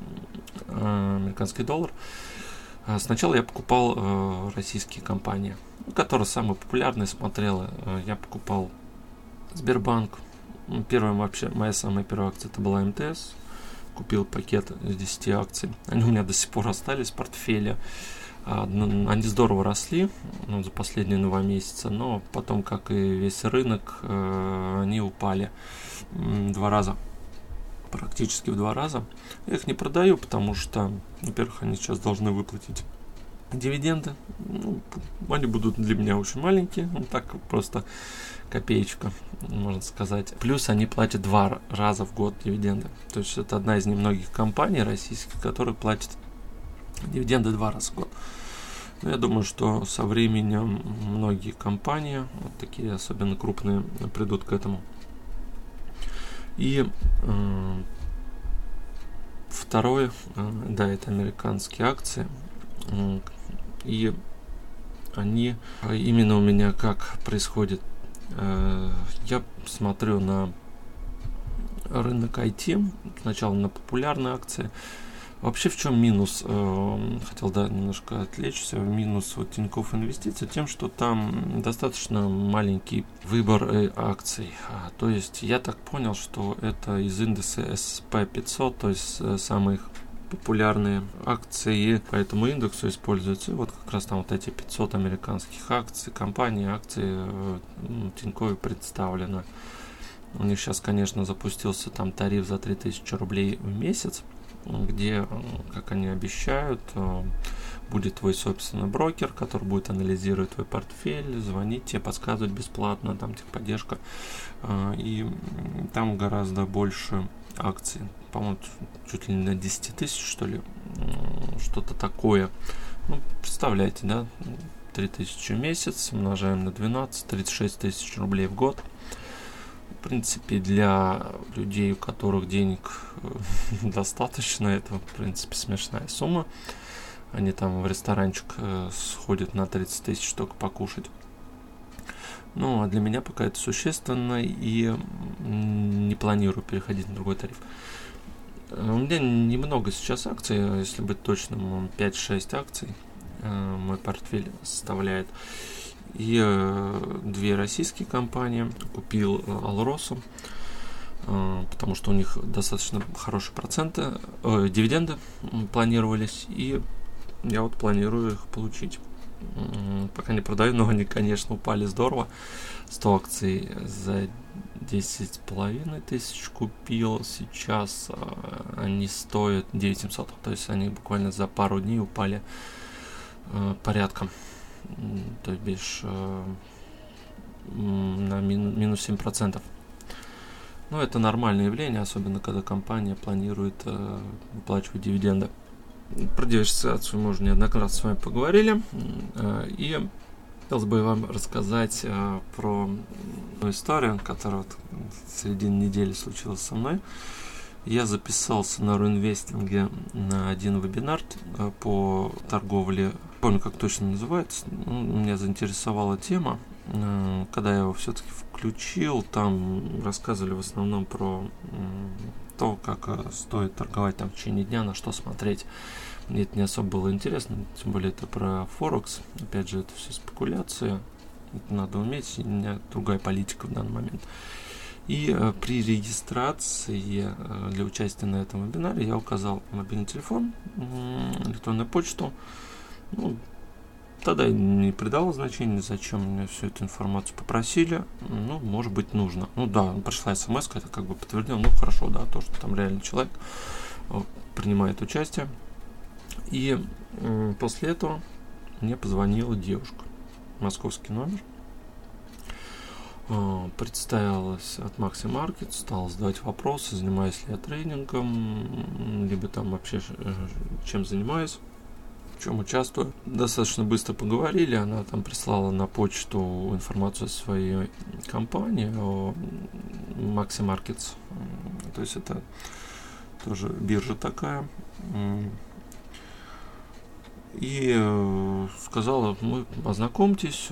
э, американский доллар. Сначала я покупал э, российские компании, которые самые популярные смотрел. Э, я покупал Сбербанк. Первая вообще, моя самая первая акция это была эм тэ эс. Купил пакет из десяти акций. Они у меня до сих пор остались в портфеле. Они здорово росли ну, за последние два месяца, но потом, как и весь рынок, э, они упали два раза, практически в два раза. Я их не продаю, потому что, во-первых, они сейчас должны выплатить дивиденды. Ну, они будут для меня очень маленькие, ну, так просто копеечка, можно сказать. Плюс они платят два раза в год дивиденды. То есть это одна из немногих компаний российских, которые платят дивиденды два раза в год. Но я думаю, что со временем многие компании, вот такие особенно крупные, придут к этому. И э, второе, э, да, это американские акции. Э, и они именно у меня как происходит. Э, я смотрю на рынок ай ти, сначала на популярные акции. Вообще в чем минус? Хотел да, немножко отвлечься. Минус вот Тинькофф Инвестиций тем, что там достаточно маленький выбор акций. То есть я так понял, что это из индекса эс пи пятьсот, то есть самых популярные акции по этому индексу используются. И вот как раз там вот эти пятьсот американских акций, компаний, акции Тинькофф представлены. У них сейчас, конечно, запустился там тариф за три тысячи рублей в месяц, где, как они обещают, будет твой собственный брокер, который будет анализировать твой портфель, звонить тебе, подсказывать бесплатно, там техподдержка, и там гораздо больше акций, по-моему, чуть ли не на десять тысяч, что ли, что-то такое. Ну, представляете, да, три тысячи в месяц, умножаем на двенадцать, тридцать шесть тысяч рублей в год. В принципе, для людей, у которых денег достаточно, это, в принципе, смешная сумма. Они там в ресторанчик сходят на тридцать тысяч только покушать. Ну, а для меня пока это существенно, и не планирую переходить на другой тариф. У меня немного сейчас акций, если быть точным, пять-шесть акций мой портфель составляет. И э, две российские компании. Купил э, Алросу, э, потому что у них достаточно хорошие проценты, э, дивиденды планировались, и я вот планирую их получить. Пока не продаю, но они, конечно, упали здорово. сто акций за десять с половиной тысяч купил. Сейчас они стоят девять тысяч семьсот. То есть они буквально за пару дней упали порядком. То бишь на минус семь процентов. Ну, это нормальное явление, особенно когда компания планирует э, выплачивать дивиденды. Про диверсификацию мы уже неоднократно с вами поговорили. Э, и хотелось бы вам рассказать э, про историю, которая вот в середине недели случилась со мной. Я записался на Руинвестинге на один вебинар э, по торговле. Не помню, как точно называется. Ну, меня заинтересовала тема. Когда я его все-таки включил, там рассказывали в основном про то, как стоит торговать там в течение дня, на что смотреть. Мне это не особо было интересно, тем более это про Форекс. Опять же, это все спекуляция, это надо уметь, у меня другая политика в данный момент. И э, при регистрации э, для участия на этом вебинаре я указал мобильный телефон, э, электронную почту. Ну, Тогда я не придал значения, зачем мне всю эту информацию попросили. Ну, может быть, нужно. Ну да, пришла смс, это как бы подтвердил. Ну, хорошо, да, то, что там реально человек принимает участие. И э, после этого мне позвонила девушка. Московский номер. Э, представилась от Maxi Market, стала задавать вопросы, занимаюсь ли я трейдингом, либо там вообще э, чем занимаюсь. В чем участвую. Достаточно быстро поговорили, она там прислала на почту информацию о своей компании, о Maxi Markets. То есть это тоже биржа такая. И сказала, мы ознакомьтесь,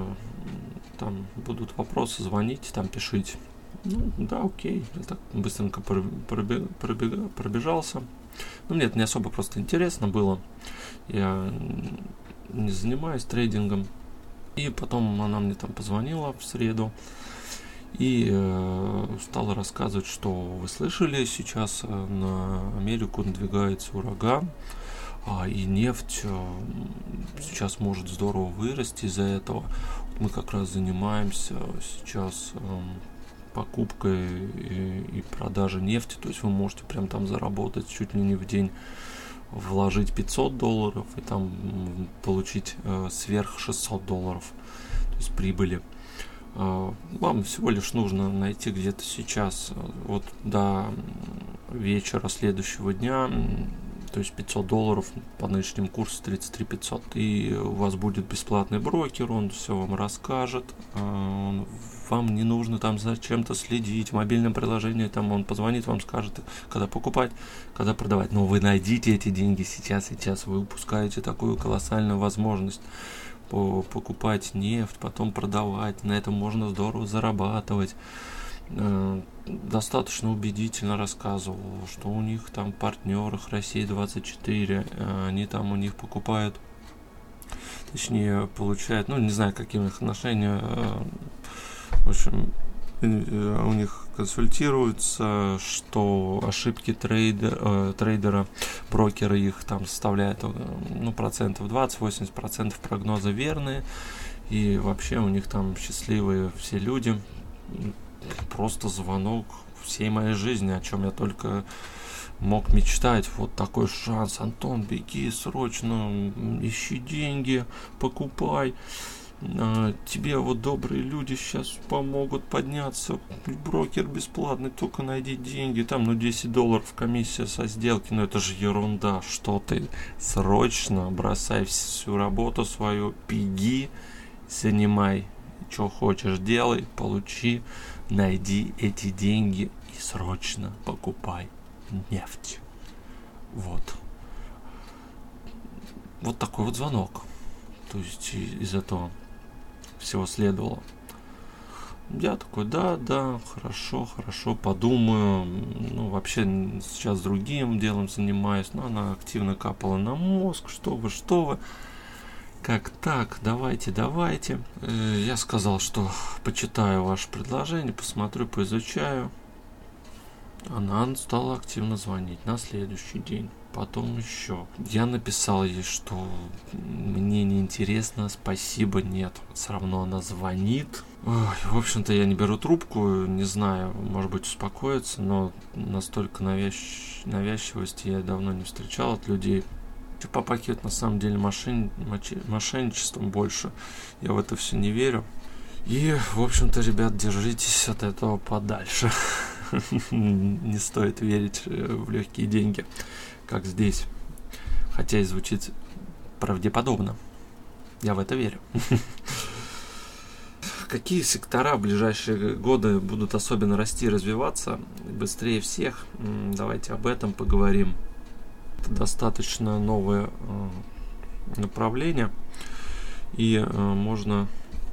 там будут вопросы, звоните, там пишите. Ну да, окей. Я так быстренько пробег, пробег, пробежался. Ну, мне это не особо просто интересно было. Я не занимаюсь трейдингом. И потом она мне там позвонила в среду и э, стала рассказывать, что вы слышали, сейчас на Америку надвигается ураган, а, и нефть э, сейчас может здорово вырасти из-за этого. Мы как раз занимаемся сейчас э, покупкой и, и продажей нефти, то есть вы можете прям там заработать чуть ли не в день, вложить пятьсот долларов и там получить э, сверх шестьсот долларов, то есть прибыли. Э, вам всего лишь нужно найти где-то сейчас, вот до вечера следующего дня, то есть пятьсот долларов по нынешнему курсу тридцать три пятьсот, и у вас будет бесплатный брокер, он все вам расскажет, э, он вам не нужно там за чем-то следить, в мобильном приложении там он позвонит, вам скажет, когда покупать, когда продавать. Но вы найдите эти деньги сейчас, сейчас вы упускаете такую колоссальную возможность покупать нефть, потом продавать, на этом можно здорово зарабатывать. Достаточно убедительно рассказывал, что у них там в партнерах Россия двадцать четыре, они там у них покупают, точнее получают, ну не знаю, какие у них отношения. В общем, у них консультируются, что ошибки трейдер, э, трейдера, брокера их там составляют ну, процентов двадцать-восемьдесят процентов прогноза верные. И вообще у них там счастливые все люди. Просто звонок всей моей жизни, о чем я только мог мечтать. Вот такой шанс. Антон, беги срочно, ищи деньги, покупай. Тебе вот добрые люди сейчас помогут подняться. Брокер бесплатный, только найди деньги. Там, ну, десять долларов комиссия со сделки. Ну, это же ерунда. Что ты? Срочно бросай всю работу свою, беги, занимай, что хочешь, делай, получи, найди эти деньги и срочно покупай нефть. Вот. Вот такой вот звонок. То есть из этого всего следовало. Я такой, да, да, хорошо, хорошо, подумаю. Ну, вообще сейчас другим делом занимаюсь. Но она активно капала на мозг. Что вы, что вы. Как так? Давайте, давайте. Я сказал, что почитаю ваше предложение, посмотрю, поизучаю. Она стала активно звонить на следующий день. потом еще. Я написал ей, что мне неинтересно, спасибо, нет. Все равно она звонит. Ой, в общем-то, я не беру трубку, не знаю, может быть, успокоиться, но настолько навязч... навязчивости я давно не встречал от людей. Попахивает на самом деле мошен... мошенничеством больше. Я в это все не верю. И, в общем-то, ребят, держитесь от этого подальше. Не стоит верить в легкие деньги, как здесь. Хотя и звучит правдеподобно. Я в это верю. Какие сектора в ближайшие годы будут особенно расти и развиваться быстрее всех? Давайте об этом поговорим. Это достаточно новое направление, и можно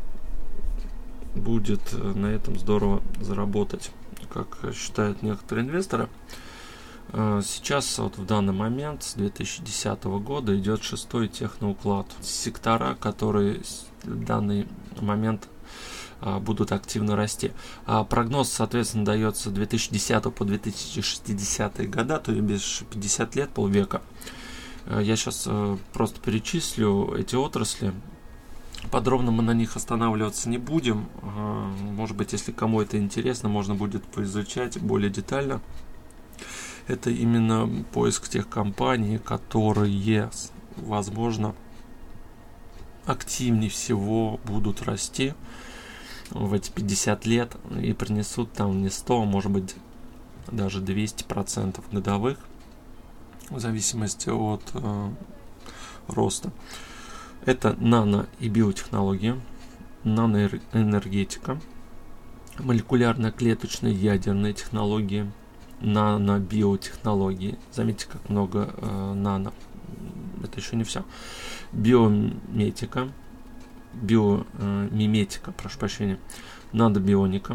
будет на этом здорово заработать, как считают некоторые инвесторы. Сейчас вот в данный момент с две тысячи десятого года идет шестой техноуклад. Сектора, которые в данный момент будут активно расти. А прогноз, соответственно, дается с две тысячи десятого по две тысячи шестидесятые года, то есть без пятьдесят лет, полвека. Я сейчас просто перечислю эти отрасли. Подробно мы на них останавливаться не будем. Может быть, если кому это интересно, можно будет поизучать более детально. Это именно поиск тех компаний, которые, возможно, активнее всего будут расти в эти пятьдесят лет и принесут там не сто, а может быть даже двести процентов годовых, в зависимости от э, роста. Это нано- и биотехнологии, наноэнергетика, молекулярно-клеточные ядерные технологии, нано-биотехнологии. Заметьте, как много э, нано. Это еще не все. Биометика, биомиметика, прошу прощения, нанобионика,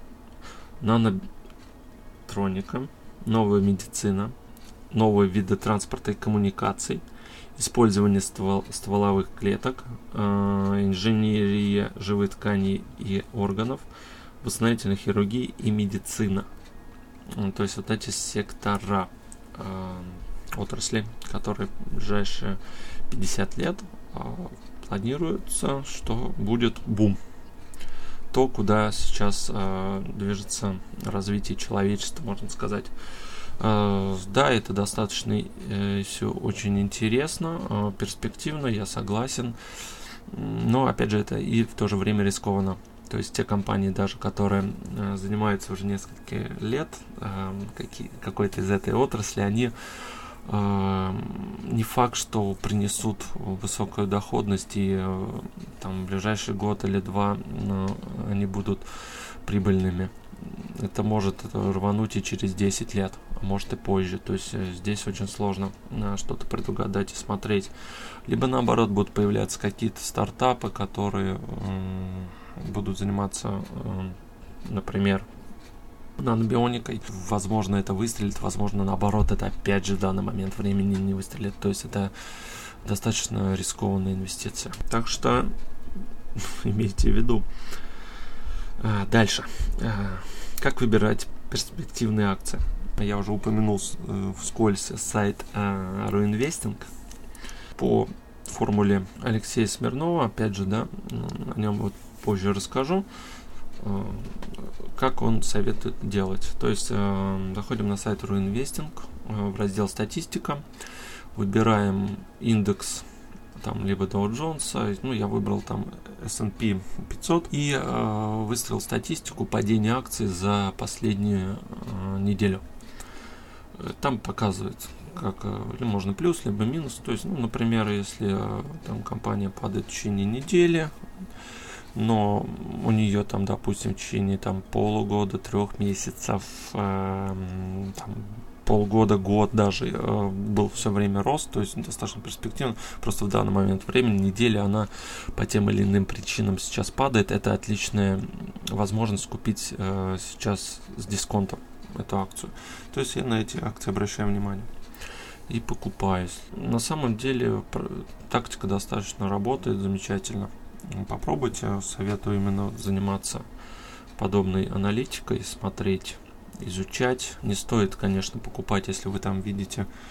нанотроника, новая медицина, новые виды транспорта и коммуникаций, использование ствол, стволовых клеток, э, инженерия живых тканей и органов, восстановительная хирургия и медицина. То есть вот эти сектора э, отрасли, которые в ближайшие пятьдесят лет э, планируется, что будет бум. То, куда сейчас э, движется развитие человечества, можно сказать. Э, да, это достаточно э, все очень интересно, э, перспективно, я согласен. Но, опять же, это и в то же время рискованно. То есть те компании, даже которые э, занимаются уже несколько лет э, какие, какой-то из этой отрасли, они э, не факт, что принесут высокую доходность, и э, там, в ближайший год или два э, они будут прибыльными. Это может рвануть и через десять лет, а может и позже. То есть э, здесь очень сложно э, что-то предугадать и смотреть. Либо наоборот будут появляться какие-то стартапы, которые э, будут заниматься, э, например, нанобионикой. Возможно, это выстрелит, возможно, наоборот, это опять же в данный момент времени не выстрелит. То есть это достаточно рискованная инвестиция. Так что имейте в виду. А, дальше. А, как выбирать перспективные акции? Я уже упомянул э, вскользь сайт э, Руинвестинг. По формуле Алексея Смирнова, опять же, да, о нем вот позже расскажу, как он советует делать. То есть э, заходим на сайт Руинвестинг, э, в раздел статистика, выбираем индекс там либо Dow Jones, ну я выбрал там эс энд пи пятьсот и э, выставил статистику падения акций за последнюю э, неделю. Там показывается, как э, можно плюс, либо минус. То есть, ну, например, если э, там компания падает в течение недели, но у нее там, допустим, в течение там полугода, трех месяцев, э, там, полгода, год даже э, был все время рост, то есть достаточно перспективно. Просто в данный момент времени, неделя, она по тем или иным причинам сейчас падает. Это отличная возможность купить э, сейчас с дисконтом эту акцию. То есть я на эти акции обращаю внимание и покупаюсь. На самом деле тактика достаточно работает, замечательно. Попробуйте, советую именно заниматься подобной аналитикой, смотреть, изучать. Не стоит, конечно, покупать, если вы там видите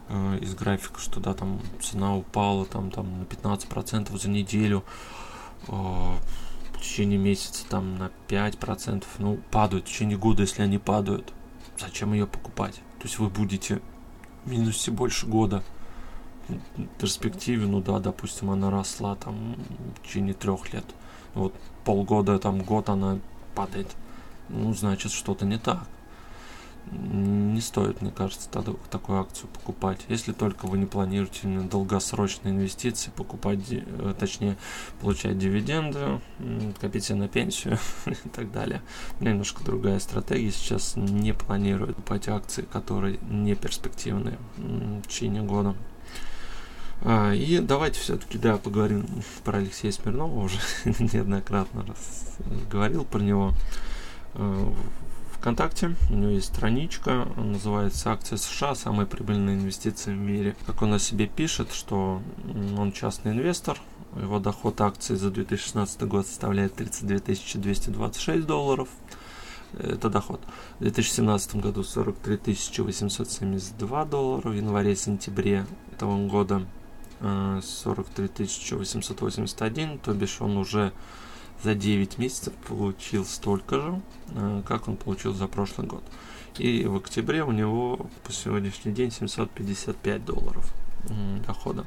э, из графика, что да, там цена упала там, там на пятнадцать процентов за неделю, э, в течение месяца там на пять процентов, ну, падают в течение года, если они падают. Зачем ее покупать? То есть вы будете в минусе больше года. В перспективе, ну да, допустим, она росла там в течение трех лет. Вот полгода, там год она падает. Ну, значит, что-то не так. Не стоит, мне кажется, тогда такую акцию покупать. Если только вы не планируете именно долгосрочные инвестиции, покупать, точнее, получать дивиденды, копить себе на пенсию и так далее. У меня немножко другая стратегия. Сейчас не планирую покупать акции, которые не перспективные в течение года. А, и давайте все-таки, да, поговорим про Алексея Смирнова. Уже неоднократно раз говорил про него. ВКонтакте, у него есть страничка, называется «Акции США. Самые прибыльные инвестиции в мире». Как он о себе пишет, что он частный инвестор, его доход акций за две тысячи шестнадцатый год составляет тридцать две тысячи двести двадцать шесть долларов. Это доход. В две тысячи семнадцатом году сорок три тысячи восемьсот семьдесят два доллара, в январе-сентябре этого года сорок три тысячи восемьсот восемьдесят один, то бишь он уже за девять месяцев получил столько же, как он получил за прошлый год. И в октябре у него по сегодняшний день семьсот пятьдесят пять долларов дохода.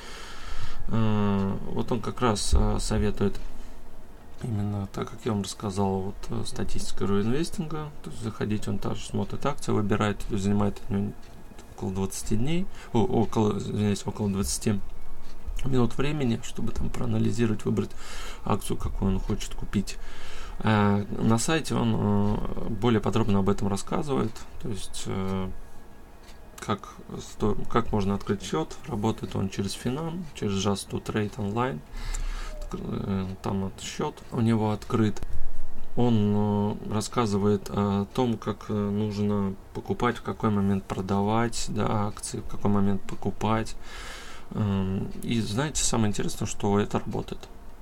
Вот он как раз советует, именно так как я вам рассказал, вот статистика Руинвестинга, то есть заходить, он также смотрит акции, выбирает, то есть занимает у него около двадцати дней, о, около, извиняюсь, около двадцати минут времени, чтобы там проанализировать, выбрать акцию, какую он хочет купить. Э, на сайте он э, более подробно об этом рассказывает, то есть э, как, сто, как можно открыть счет. Работает он через Финам, через Just to Trade онлайн. Э, там этот счет у него открыт. Он э, рассказывает о том, как э, нужно покупать, в какой момент продавать, да, акции, в какой момент покупать. И знаете, самое интересное, что это работает.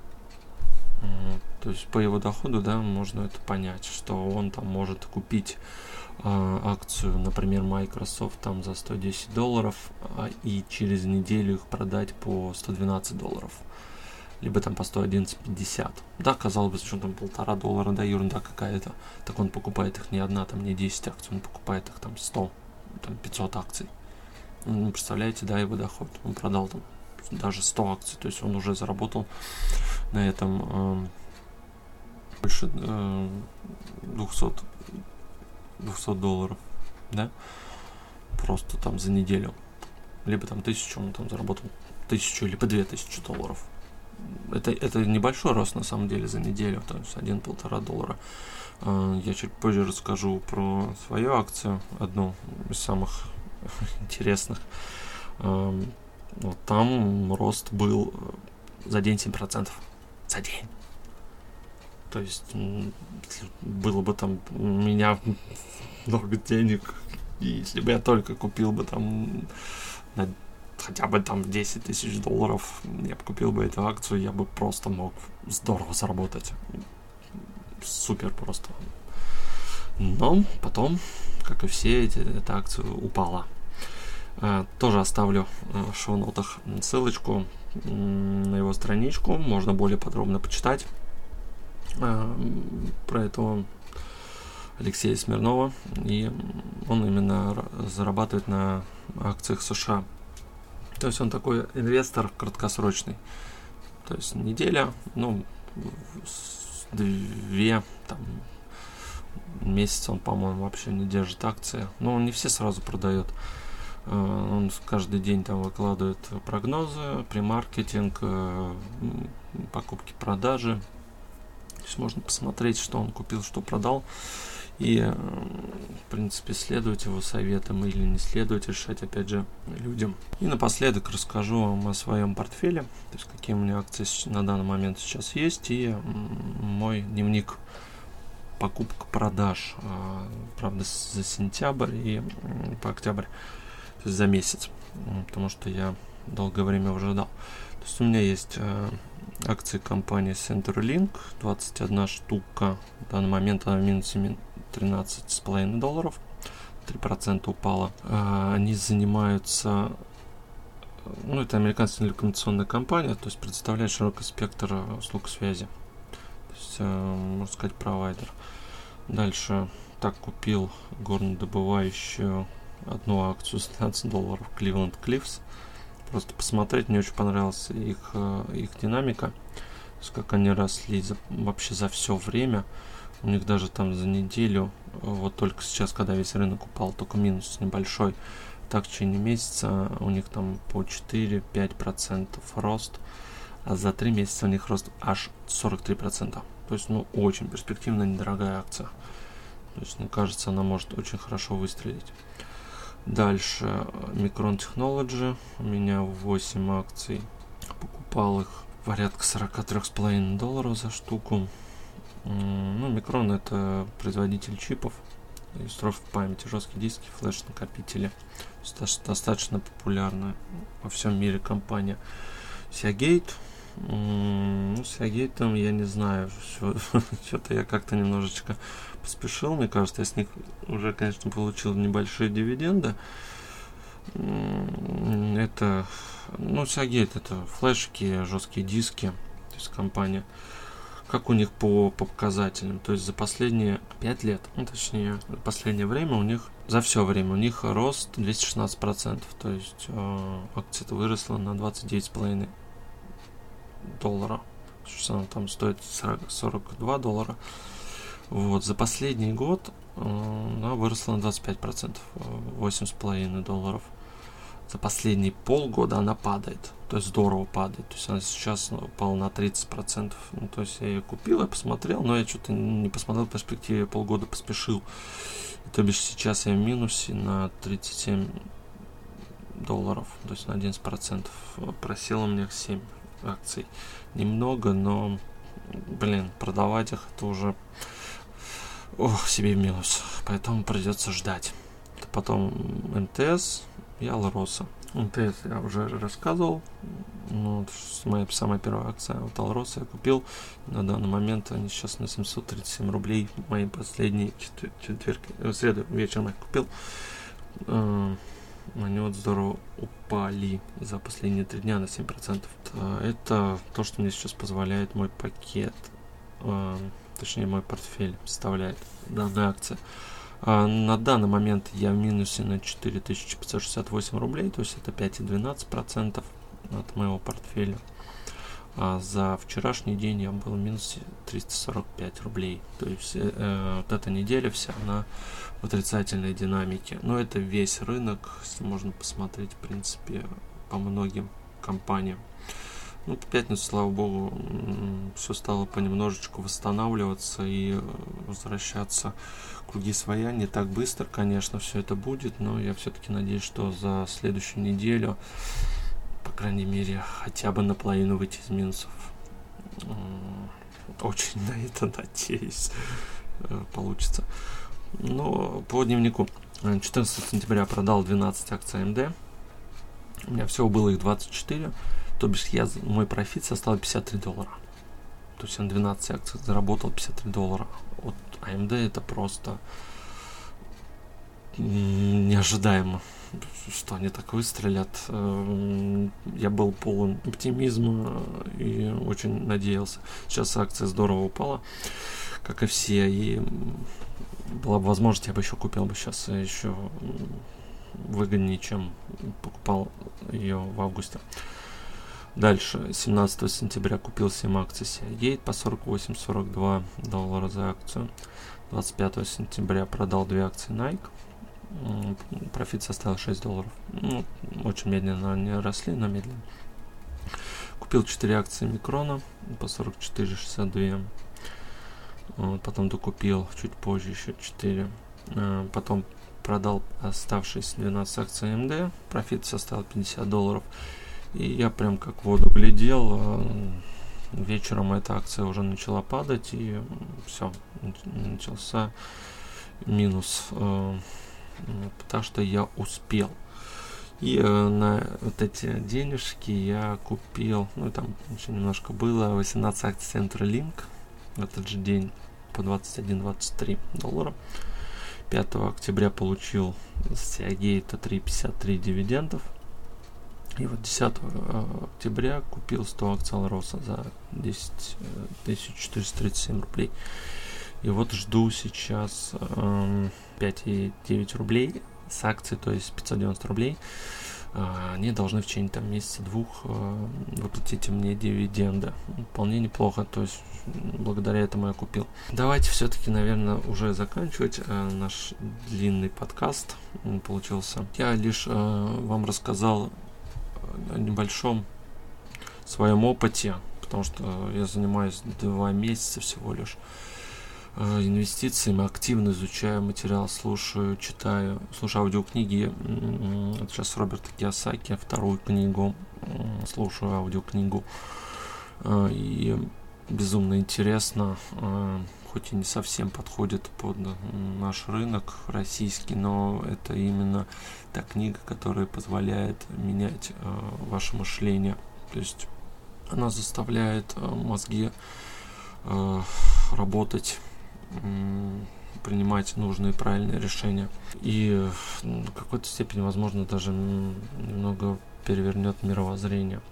То есть по его доходу, да, можно это понять, что он там может купить а, акцию, например, Microsoft там за сто десять долларов, а, и через неделю их продать по сто двенадцать долларов. Либо там по сто одиннадцать пятьдесят. Да, казалось бы, что там полтора доллара, да, ерунда какая-то. Так он покупает их не одна, там не десять акций, он покупает их там сто, там пятьсот акций. Ну, представляете, да, его доход. Он продал там даже сто акций, то есть он уже заработал на этом э, больше э, двести долларов, да, просто там за неделю. Либо там тысячу, он там заработал тысячу, либо две тысячи долларов. Это, это небольшой рост на самом деле за неделю, то есть один-полтора доллара. Э, я чуть позже расскажу про свою акцию, одну из самых интересных. Вот там рост был за день семь процентов. За день. То есть было бы там у меня много денег, и если бы я только купил бы там на хотя бы там десять тысяч долларов, я бы купил бы эту акцию, я бы просто мог здорово заработать. Супер просто. Но потом, как и все, эти, эта акция упала. А, тоже оставлю в шоу-нотах ссылочку на его страничку. Можно более подробно почитать а, про этого Алексея Смирнова. И он именно зарабатывает на акциях США. То есть он такой инвестор краткосрочный. То есть неделя, ну, две, там, месяц он, по-моему, вообще не держит акции. Но он не все сразу продает. Он каждый день там выкладывает прогнозы, премаркетинг, покупки, продажи. То есть можно посмотреть, что он купил, что продал. И, в принципе, следовать его советам или не следовать, решать, опять же, людям. И напоследок расскажу вам о своем портфеле, то есть какие у меня акции на данный момент сейчас есть, и мой дневник покупок-продаж, правда, за сентябрь и по октябрь, то есть за месяц, потому что я долгое время уже ждал. То есть у меня есть акции компании Centerlink, двадцать одна штука, в данный момент она в минусе тринадцать с половиной долларов, три процента упала. Они занимаются... Ну, это американская телекоммуникационная компания, то есть предоставляет широкий спектр услуг связи. То есть, можно сказать, провайдер. Дальше так купил горнодобывающую одну акцию за двенадцать долларов Cleveland Cliffs. Просто посмотреть, мне очень понравилась их, их динамика. То есть как они росли за, вообще за все время. У них даже там за неделю, вот только сейчас, когда весь рынок упал, только минус небольшой. Так в течение месяца у них там по четыре-пять процентов рост. А за три месяца у них рост аж сорок три процента. То есть, ну, очень перспективная, недорогая акция. То есть, мне кажется, она может очень хорошо выстрелить. Дальше Micron Technology. У меня восемь акций. Покупал их порядка сорок три с половиной долларов за штуку. Ну, Micron — это производитель чипов и устройств памяти, жесткие диски, флеш-накопители. Достаточно популярная во всем мире компания. Seagate. Ну, Seagate, я не знаю, что-то я как-то немножечко поспешил. Мне кажется, я с них уже, конечно, получил небольшие дивиденды. Это, ну, Seagate — это флешки, жесткие диски, то есть компания. Как у них по, по показателям, то есть за последние пять лет, ну, точнее, за последнее время у них, за все время у них рост двести шестнадцать процентов, то есть э, акция выросла на двадцать девять с половиной доллара, что там стоит сорок два доллара. Вот, за последний год э, она выросла на двадцать пять процентов, восемь с половиной долларов. За последние полгода она падает, то есть здорово падает, то есть она сейчас упала на тридцать процентов, ну, то есть я ее купил, я посмотрел, но я что-то не посмотрел в перспективе, полгода поспешил, то бишь сейчас я в минусе на тридцать семь долларов, то есть на одиннадцать процентов, просело мне семь акций, немного, но, блин, продавать их это уже, ох, себе в минус, поэтому придется ждать. Потом эм тэ эс и Алроса. эм тэ эс я уже рассказывал. Ну, моя самая первая акция. Вот Алроса я купил. На данный момент они сейчас на семьсот тридцать семь рублей. Мои последние четвер- четверки. В среду вечером я купил. Э- они вот здорово упали за последние три дня на семь процентов. Это то, что мне сейчас позволяет мой пакет. Э- точнее, мой портфель составляет данная акция. А на данный момент я в минусе на четыре тысячи пятьсот шестьдесят восемь рублей, то есть это пять целых двенадцать сотых процента от моего портфеля. А за вчерашний день я был в минусе триста сорок пять рублей. То есть э, вот эта неделя вся она в отрицательной динамике. Но это весь рынок, если можно посмотреть, в принципе, по многим компаниям. Ну, по пятницу, слава богу, все стало понемножечку восстанавливаться и возвращаться в круги своя. Не так быстро, конечно, все это будет, но я все-таки надеюсь, что за следующую неделю, по крайней мере, хотя бы наполовину выйти из минусов. Очень на это надеюсь, получится. Но по дневнику четырнадцатого сентября продал двенадцать акций эй эм ди. У меня всего было их двадцать четыре. То бишь я, мой профит составил пятьдесят три доллара. То есть я на двенадцать акций заработал пятьдесят три доллара. От эй эм ди это просто неожидаемо, что они так выстрелят. Я был полон оптимизма и очень надеялся. Сейчас акция здорово упала, как и все. И была бы возможность, я бы еще купил бы сейчас еще выгоднее, чем покупал ее в августе. Дальше, семнадцатого сентября купил семь акций Seagate по сорок восемь сорок два доллара за акцию. двадцать пятого сентября продал две акции Nike. Профит составил шесть долларов. Ну, очень медленно они росли, но медленно. Купил четыре акции Micron по сорок четыре шестьдесят два. Потом докупил чуть позже еще четыре. Потом продал оставшиеся двенадцать акций эй эм ди. Профит составил пятьдесят долларов. И я прям как в воду глядел. Вечером эта акция уже начала падать, и все, начался минус. Потому что я успел. И на вот эти денежки я купил, ну там еще немножко было, восемнадцать акций CenturyLink в этот же день по двадцать один двадцать три доллара. пятого октября получил с Seagate три пятьдесят три дивидендов. И вот десятого октября купил сто акций Алроса за десять тысяч четыреста тридцать семь рублей. И вот жду сейчас э, пять и девять рублей с акций, то есть пятьсот девяносто рублей. Э, они должны в течение там месяца-двух э, выплатить мне дивиденды. Вполне неплохо, то есть благодаря этому я купил. Давайте все-таки, наверное, уже заканчивать э, наш длинный подкаст. Он получился. Я лишь э, вам рассказал о небольшом своем опыте, потому что я занимаюсь два месяца всего лишь э, инвестициями, активно изучаю материал, слушаю, читаю, слушаю аудиокниги. Это сейчас Роберта Кийосаки, вторую книгу, э, слушаю аудиокнигу. Э, и безумно интересно, э, хоть и не совсем подходит под наш рынок российский, но это именно та книга, которая позволяет менять э, ваше мышление. То есть она заставляет э, мозги э, работать, э, принимать нужные правильные решения. И в какой-то степени, возможно, даже немного перевернет мировоззрение.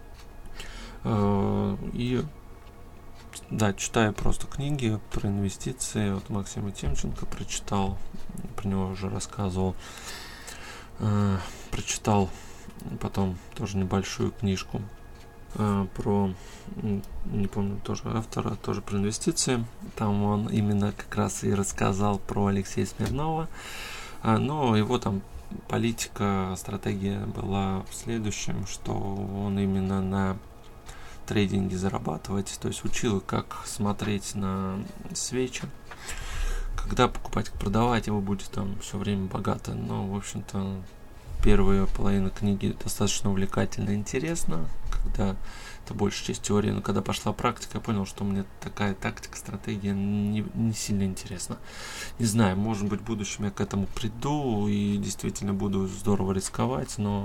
Э, и Да, читаю просто книги про инвестиции. Вот Максима Темченко прочитал, про него уже рассказывал. Э, прочитал потом тоже небольшую книжку э, про, не помню, тоже автора, тоже про инвестиции. Там он именно как раз и рассказал про Алексея Смирнова. А, но его там политика, стратегия была в следующем, что он именно на трейдинге зарабатывать, то есть учил, как смотреть на свечи, когда покупать, как продавать, и вы будете там все время богаты. Но, в общем-то, первая половина книги достаточно увлекательно и интересно, когда это больше часть теории, но когда пошла практика, я понял, что мне такая тактика, стратегия не, не сильно интересна. Не знаю, может быть, в будущем я к этому приду и действительно буду здорово рисковать, но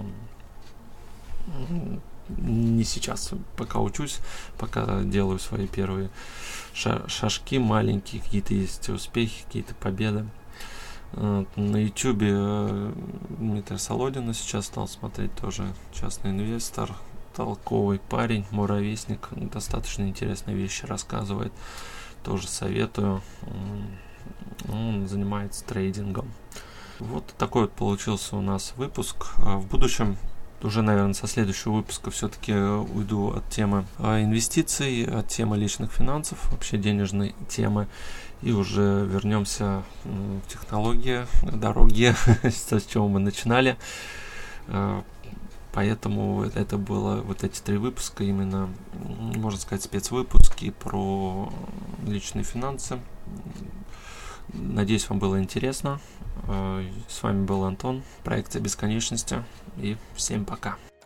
не сейчас, пока учусь, пока делаю свои первые шажки маленькие, какие-то есть успехи, какие-то победы. На ютубе Дмитрия Солодина сейчас стал смотреть, тоже частный инвестор, толковый парень, мой ровесник, достаточно интересные вещи рассказывает, тоже советую. Он занимается трейдингом. Вот такой вот получился у нас выпуск. В будущем уже, наверное, со следующего выпуска все-таки уйду от темы инвестиций, от темы личных финансов, вообще денежной темы, и уже вернемся в технологии, дороги, с чего мы начинали. Поэтому это было вот эти три выпуска, именно, можно сказать, спецвыпуски про личные финансы. Надеюсь, вам было интересно. С вами был Антон, проекция бесконечности, и всем пока.